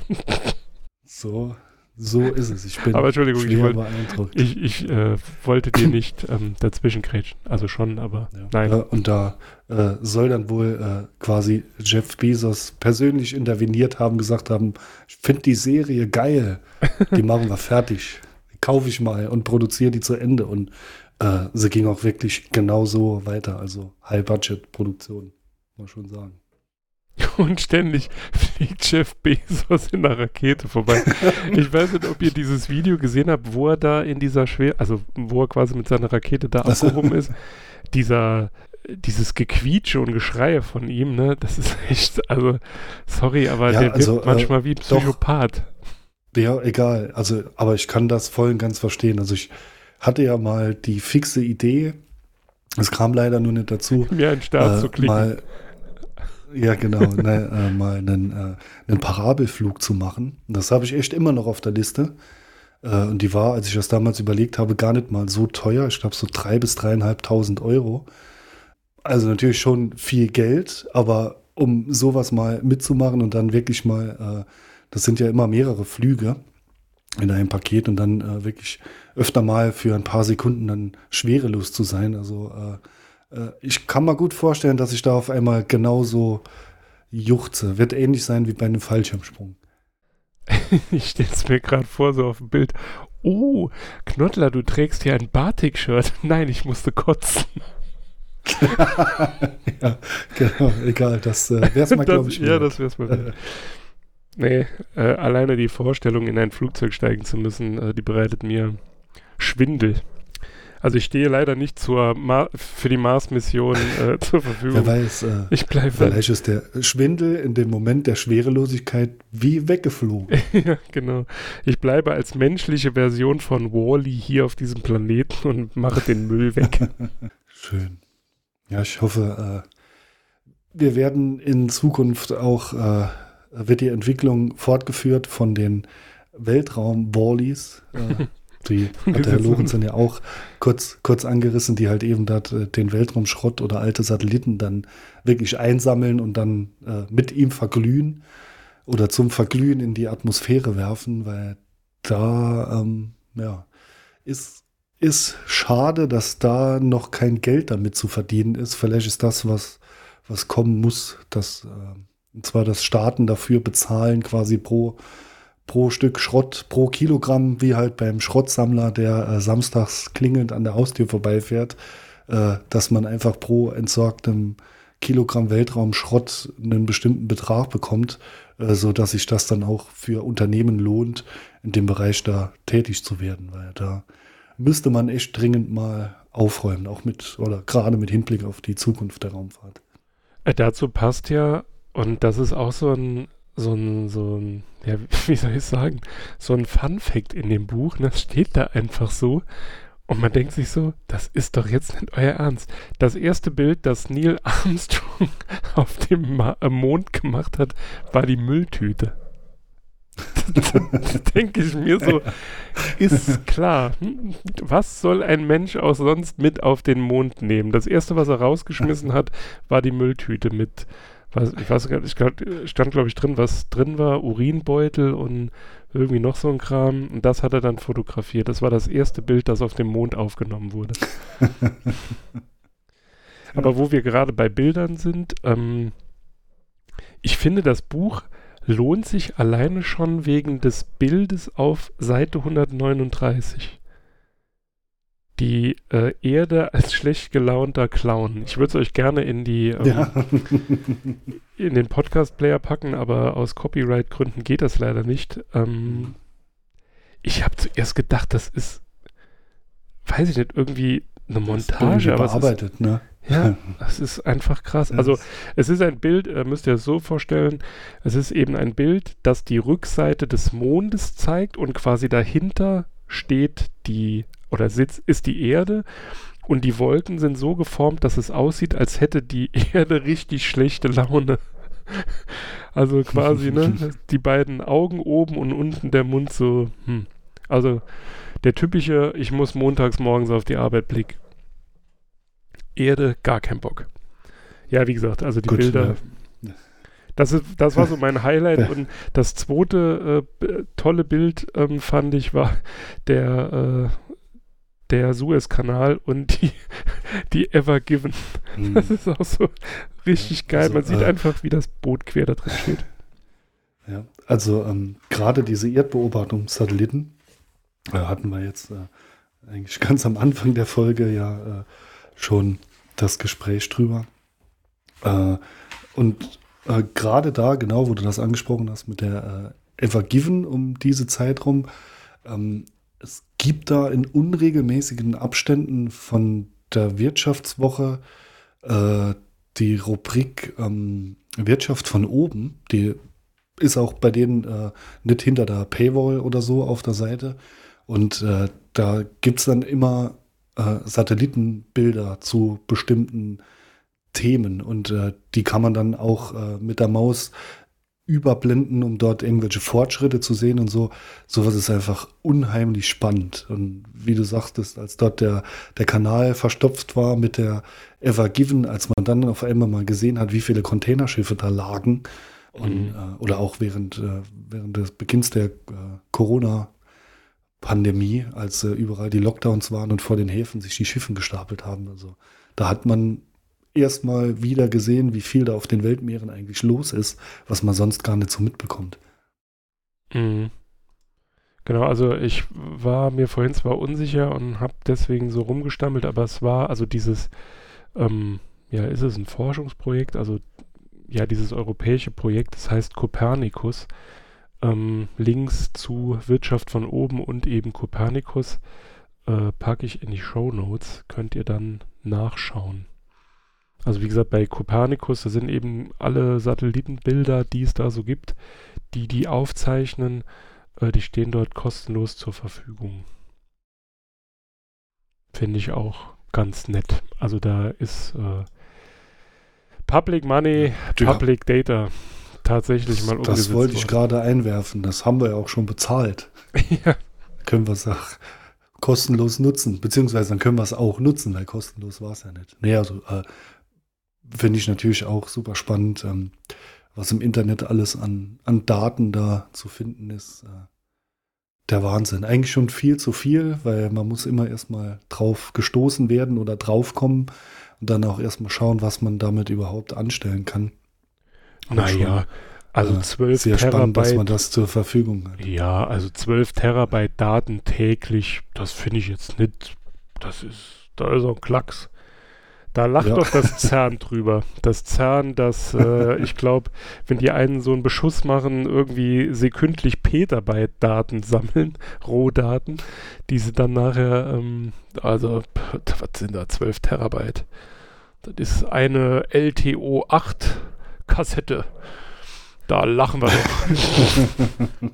so, so ist es. Ich bin Aber Entschuldigung, ich schwer wollte- beeindruckt. Ich, ich äh, wollte dir nicht ähm, dazwischen grätschen. Also schon, aber Ja. nein. Ja, und da äh, soll dann wohl äh, quasi Jeff Bezos persönlich interveniert haben, gesagt haben, ich finde die Serie geil, die machen wir fertig, die kaufe ich mal und produziere die zu Ende. Und äh, sie ging auch wirklich genauso weiter, also High-Budget-Produktion, muss man schon sagen. Und ständig fliegt Jeff Bezos in der Rakete vorbei. Ich weiß nicht, ob ihr dieses Video gesehen habt, wo er da in dieser schwer, also wo er quasi mit seiner Rakete da Ach so. abgehoben ist. Dieser, dieses Gequietsche und Geschreie von ihm, ne, das ist echt, also, sorry, aber Ja, der also, wirkt manchmal wie ein doch. Psychopath. Ja, egal, also, aber ich kann das voll und ganz verstehen. Also ich hatte ja mal die fixe Idee, es kam leider nur nicht dazu, Mir einen Start äh, zu klicken. mal, ja genau, ne, äh, mal einen, äh, einen Parabelflug zu machen. Das habe ich echt immer noch auf der Liste. Äh, und die war, als ich das damals überlegt habe, gar nicht mal so teuer. Ich glaube so drei bis dreieinhalbtausend Euro. Also natürlich schon viel Geld, aber um sowas mal mitzumachen und dann wirklich mal das sind ja immer mehrere Flüge in einem Paket und dann äh, wirklich öfter mal für ein paar Sekunden dann schwerelos zu sein. Also äh, äh, ich kann mir gut vorstellen, dass ich da auf einmal genauso juchze. Wird ähnlich sein wie bei einem Fallschirmsprung. Ich stelle es mir gerade vor, so auf dem Bild. Oh, Knottler, du trägst hier ein Batik-Shirt. Nein, ich musste kotzen. Ja, genau, egal, das äh, wäre es mal, glaube ich. Ja, das wäre es mal. Äh. Nee, äh, alleine die Vorstellung, in ein Flugzeug steigen zu müssen, äh, die bereitet mir Schwindel. Also ich stehe leider nicht zur Ma- für die Mars-Mission äh, zur Verfügung. Wer weiß, äh, ich bleibe vielleicht ist der Schwindel in dem Moment der Schwerelosigkeit wie weggeflogen. Ja, genau. Ich bleibe als menschliche Version von Wall-E hier auf diesem Planeten und mache den Müll weg. Schön. Ja, ich hoffe, äh, wir werden in Zukunft auch, äh, wird die Entwicklung fortgeführt von den Weltraum-Wallies. Äh, die hat der Herr Lorenzen ja auch kurz, kurz angerissen, die halt eben dort äh, den Weltraumschrott oder alte Satelliten dann wirklich einsammeln und dann äh, mit ihm verglühen oder zum Verglühen in die Atmosphäre werfen, weil da, ähm, ja, ist Ist schade, dass da noch kein Geld damit zu verdienen ist. Vielleicht ist das, was, was kommen muss, dass, äh, und zwar das Staaten dafür bezahlen, quasi pro, pro Stück Schrott, pro Kilogramm, wie halt beim Schrottsammler, der äh, samstags klingelnd an der Haustür vorbeifährt, äh, dass man einfach pro entsorgtem Kilogramm Weltraumschrott einen bestimmten Betrag bekommt, äh, sodass sich das dann auch für Unternehmen lohnt, in dem Bereich da tätig zu werden, weil da müsste man echt dringend mal aufräumen, auch mit, oder gerade mit Hinblick auf die Zukunft der Raumfahrt. Äh, dazu passt ja, und das ist auch so ein, so ein, so ein, ja, wie soll ich sagen, so ein Fun-Fact in dem Buch, das steht da einfach so. Und man denkt sich so, das ist doch jetzt nicht euer Ernst. Das erste Bild, das Neil Armstrong auf dem Ma- äh, Mond gemacht hat, war die Mülltüte. Denke ich mir so, ist klar. Hm, was soll ein Mensch auch sonst mit auf den Mond nehmen? Das erste, was er rausgeschmissen hat, war die Mülltüte mit, was, ich weiß gar nicht, ich glaub, stand glaube ich drin, was drin war, Urinbeutel und irgendwie noch so ein Kram. Und das hat er dann fotografiert. Das war das erste Bild, das auf dem Mond aufgenommen wurde. Aber wo wir gerade bei Bildern sind, ähm, ich finde, das Buch lohnt sich alleine schon wegen des Bildes auf Seite hundertneununddreißig. Die äh, Erde als schlecht gelaunter Clown. Ich würde es euch gerne in die ähm, Ja. in den Podcast-Player packen, aber aus Copyright-Gründen geht das leider nicht. Ähm, ich habe zuerst gedacht, das ist, weiß ich nicht, irgendwie eine Montage, aber es ist, bearbeitet, ne? ja, das ist einfach krass. Also es ist ein Bild, äh, müsst ihr es so vorstellen, es ist eben ein Bild, das die Rückseite des Mondes zeigt und quasi dahinter steht die, oder sitzt, ist die Erde und die Wolken sind so geformt, dass es aussieht, als hätte die Erde richtig schlechte Laune. Also quasi, ne, die beiden Augen oben und unten der Mund so, hm. Also der typische, ich muss montags morgens auf die Arbeit Blick. Erde, gar kein Bock. Ja, wie gesagt, also die Gut, Bilder. Ja. Das, ist, das war so mein Highlight. Und das zweite äh, b- tolle Bild, ähm, fand ich, war der, äh, der Suezkanal und die, die Ever Given. Mhm. Das ist auch so richtig geil. Also, Man sieht äh, einfach, wie das Boot quer da drin steht. Ja, also ähm, gerade diese Erdbeobachtungssatelliten äh, hatten wir jetzt äh, eigentlich ganz am Anfang der Folge ja äh, schon das Gespräch drüber. Äh, und äh, gerade da, genau, wo du das angesprochen hast, mit der äh, Ever Given um diese Zeit rum, ähm, es gibt da in unregelmäßigen Abständen von der Wirtschaftswoche äh, die Rubrik ähm, Wirtschaft von oben, die ist auch bei denen äh, nicht hinter der Paywall oder so auf der Seite. Und äh, da gibt es dann immer äh, Satellitenbilder zu bestimmten Themen. Und äh, die kann man dann auch äh, mit der Maus überblenden, um dort irgendwelche Fortschritte zu sehen und so. Sowas ist einfach unheimlich spannend. Und wie du sagtest, als dort der, der Kanal verstopft war mit der Ever Given, als man dann auf einmal mal gesehen hat, wie viele Containerschiffe da lagen, Und, Mhm. äh, oder auch während, äh, während des Beginns der äh, Corona-Pandemie, als äh, überall die Lockdowns waren und vor den Häfen sich die Schiffen gestapelt haben. Also da hat man erstmal wieder gesehen, wie viel da auf den Weltmeeren eigentlich los ist, was man sonst gar nicht so mitbekommt. Mhm. Genau, also ich war mir vorhin zwar unsicher und habe deswegen so rumgestammelt, aber es war also dieses, ähm, ja, ist es ein Forschungsprojekt, also ja, dieses europäische Projekt, das heißt Copernicus, ähm, Links zu Wirtschaft von oben und eben Copernicus äh, packe ich in die Shownotes, könnt ihr dann nachschauen. Also wie gesagt, bei Copernicus, da sind eben alle Satellitenbilder, die es da so gibt, die die aufzeichnen, äh, die stehen dort kostenlos zur Verfügung. Finde ich auch ganz nett. Also da ist äh, Public Money, Ja. Public Data tatsächlich mal umgesetzt Das wollte ich worden. gerade einwerfen. Das haben wir ja auch schon bezahlt. Ja. Können wir es auch kostenlos nutzen. Beziehungsweise dann können wir es auch nutzen, weil kostenlos war es ja nicht. Nee, also äh, finde ich natürlich auch super spannend, ähm, was im Internet alles an, an Daten da zu finden ist. Äh, der Wahnsinn. Eigentlich schon viel zu viel, weil man muss immer erstmal drauf gestoßen werden oder draufkommen und dann auch erstmal schauen, was man damit überhaupt anstellen kann. Aber Naja, also äh, zwölf sehr spannend, dass man Terabyte. das zur Verfügung hat. Ja, also zwölf Terabyte Daten täglich, das finde ich jetzt nicht, das ist, da ist auch ein Klacks. Da lacht Ja. doch das CERN drüber. Das CERN, das, äh, ich glaube, wenn die einen so einen Beschuss machen, irgendwie sekündlich Petabyte Daten sammeln, Rohdaten, die sie dann nachher, ähm, also, pff, was sind da, zwölf Terabyte? Das ist eine L T O acht Kassette. Da lachen wir doch.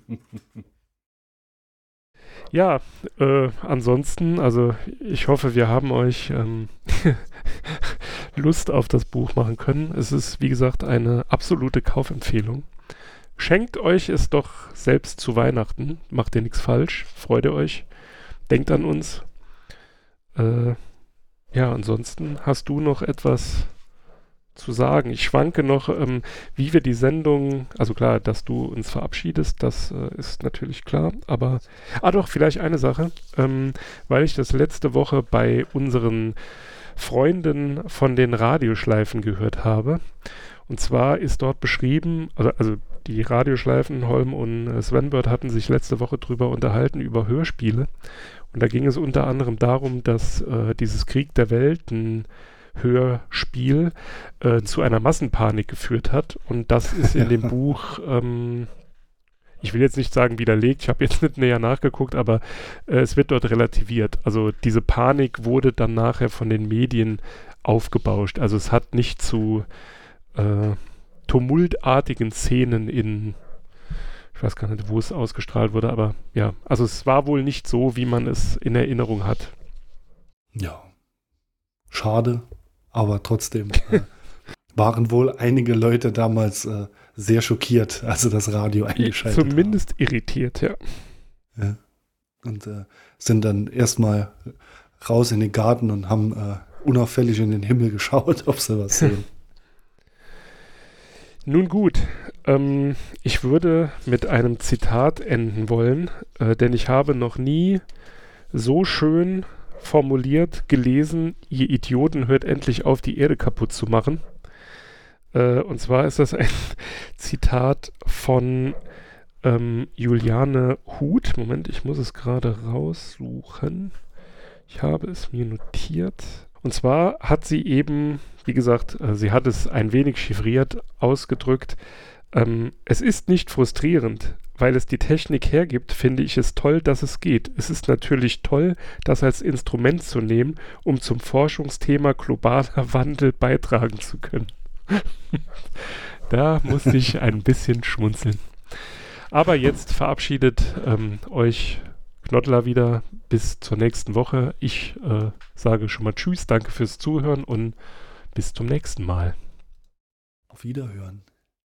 Ja, äh, ansonsten, also ich hoffe, wir haben euch ähm, Lust auf das Buch machen können. Es ist, wie gesagt, eine absolute Kaufempfehlung. Schenkt euch es doch selbst zu Weihnachten. Macht ihr nichts falsch. Freut ihr euch. Denkt an uns. Äh, ja, ansonsten hast du noch etwas zu sagen. Ich schwanke noch, ähm, wie wir die Sendung, also klar, dass du uns verabschiedest, das äh, ist natürlich klar, aber, ah doch, vielleicht eine Sache, ähm, weil ich das letzte Woche bei unseren Freunden von den Radioschleifen gehört habe. Und zwar ist dort beschrieben, also, also die Radioschleifen, Holm und äh, Svenbert hatten sich letzte Woche drüber unterhalten, über Hörspiele. Und da ging es unter anderem darum, dass äh, dieses Krieg der Welten Hörspiel äh, zu einer Massenpanik geführt hat. Und das ist in dem Buch, ähm, ich will jetzt nicht sagen widerlegt, ich habe jetzt nicht näher nachgeguckt, aber äh, es wird dort relativiert. Also diese Panik wurde dann nachher von den Medien aufgebauscht. Also es hat nicht zu äh, tumultartigen Szenen in, ich weiß gar nicht, wo es ausgestrahlt wurde, aber ja, also es war wohl nicht so, wie man es in Erinnerung hat. Ja, schade, aber trotzdem äh, waren wohl einige Leute damals äh, sehr schockiert, als sie das Radio eingeschaltet Zumindest irritiert, ja. haben. Ja. Und äh, sind dann erstmal raus in den Garten und haben äh, unauffällig in den Himmel geschaut, ob sie was sehen. Nun gut, ähm, ich würde mit einem Zitat enden wollen, äh, denn ich habe noch nie so schön formuliert gelesen, ihr Idioten hört endlich auf, die Erde kaputt zu machen. Äh, und zwar ist das ein Zitat von ähm, Juliane Huth. Moment, ich muss es gerade raussuchen. Ich habe es mir notiert. Und zwar hat sie eben, wie gesagt, äh, sie hat es ein wenig chiffriert ausgedrückt. Ähm, es ist nicht frustrierend, weil es die Technik hergibt, finde ich es toll, dass es geht. Es ist natürlich toll, das als Instrument zu nehmen, um zum Forschungsthema globaler Wandel beitragen zu können. Da musste ich ein bisschen schmunzeln. Aber jetzt verabschiedet ähm, euch Knottler wieder bis zur nächsten Woche. Ich äh, sage schon mal Tschüss, danke fürs Zuhören und bis zum nächsten Mal. Auf Wiederhören.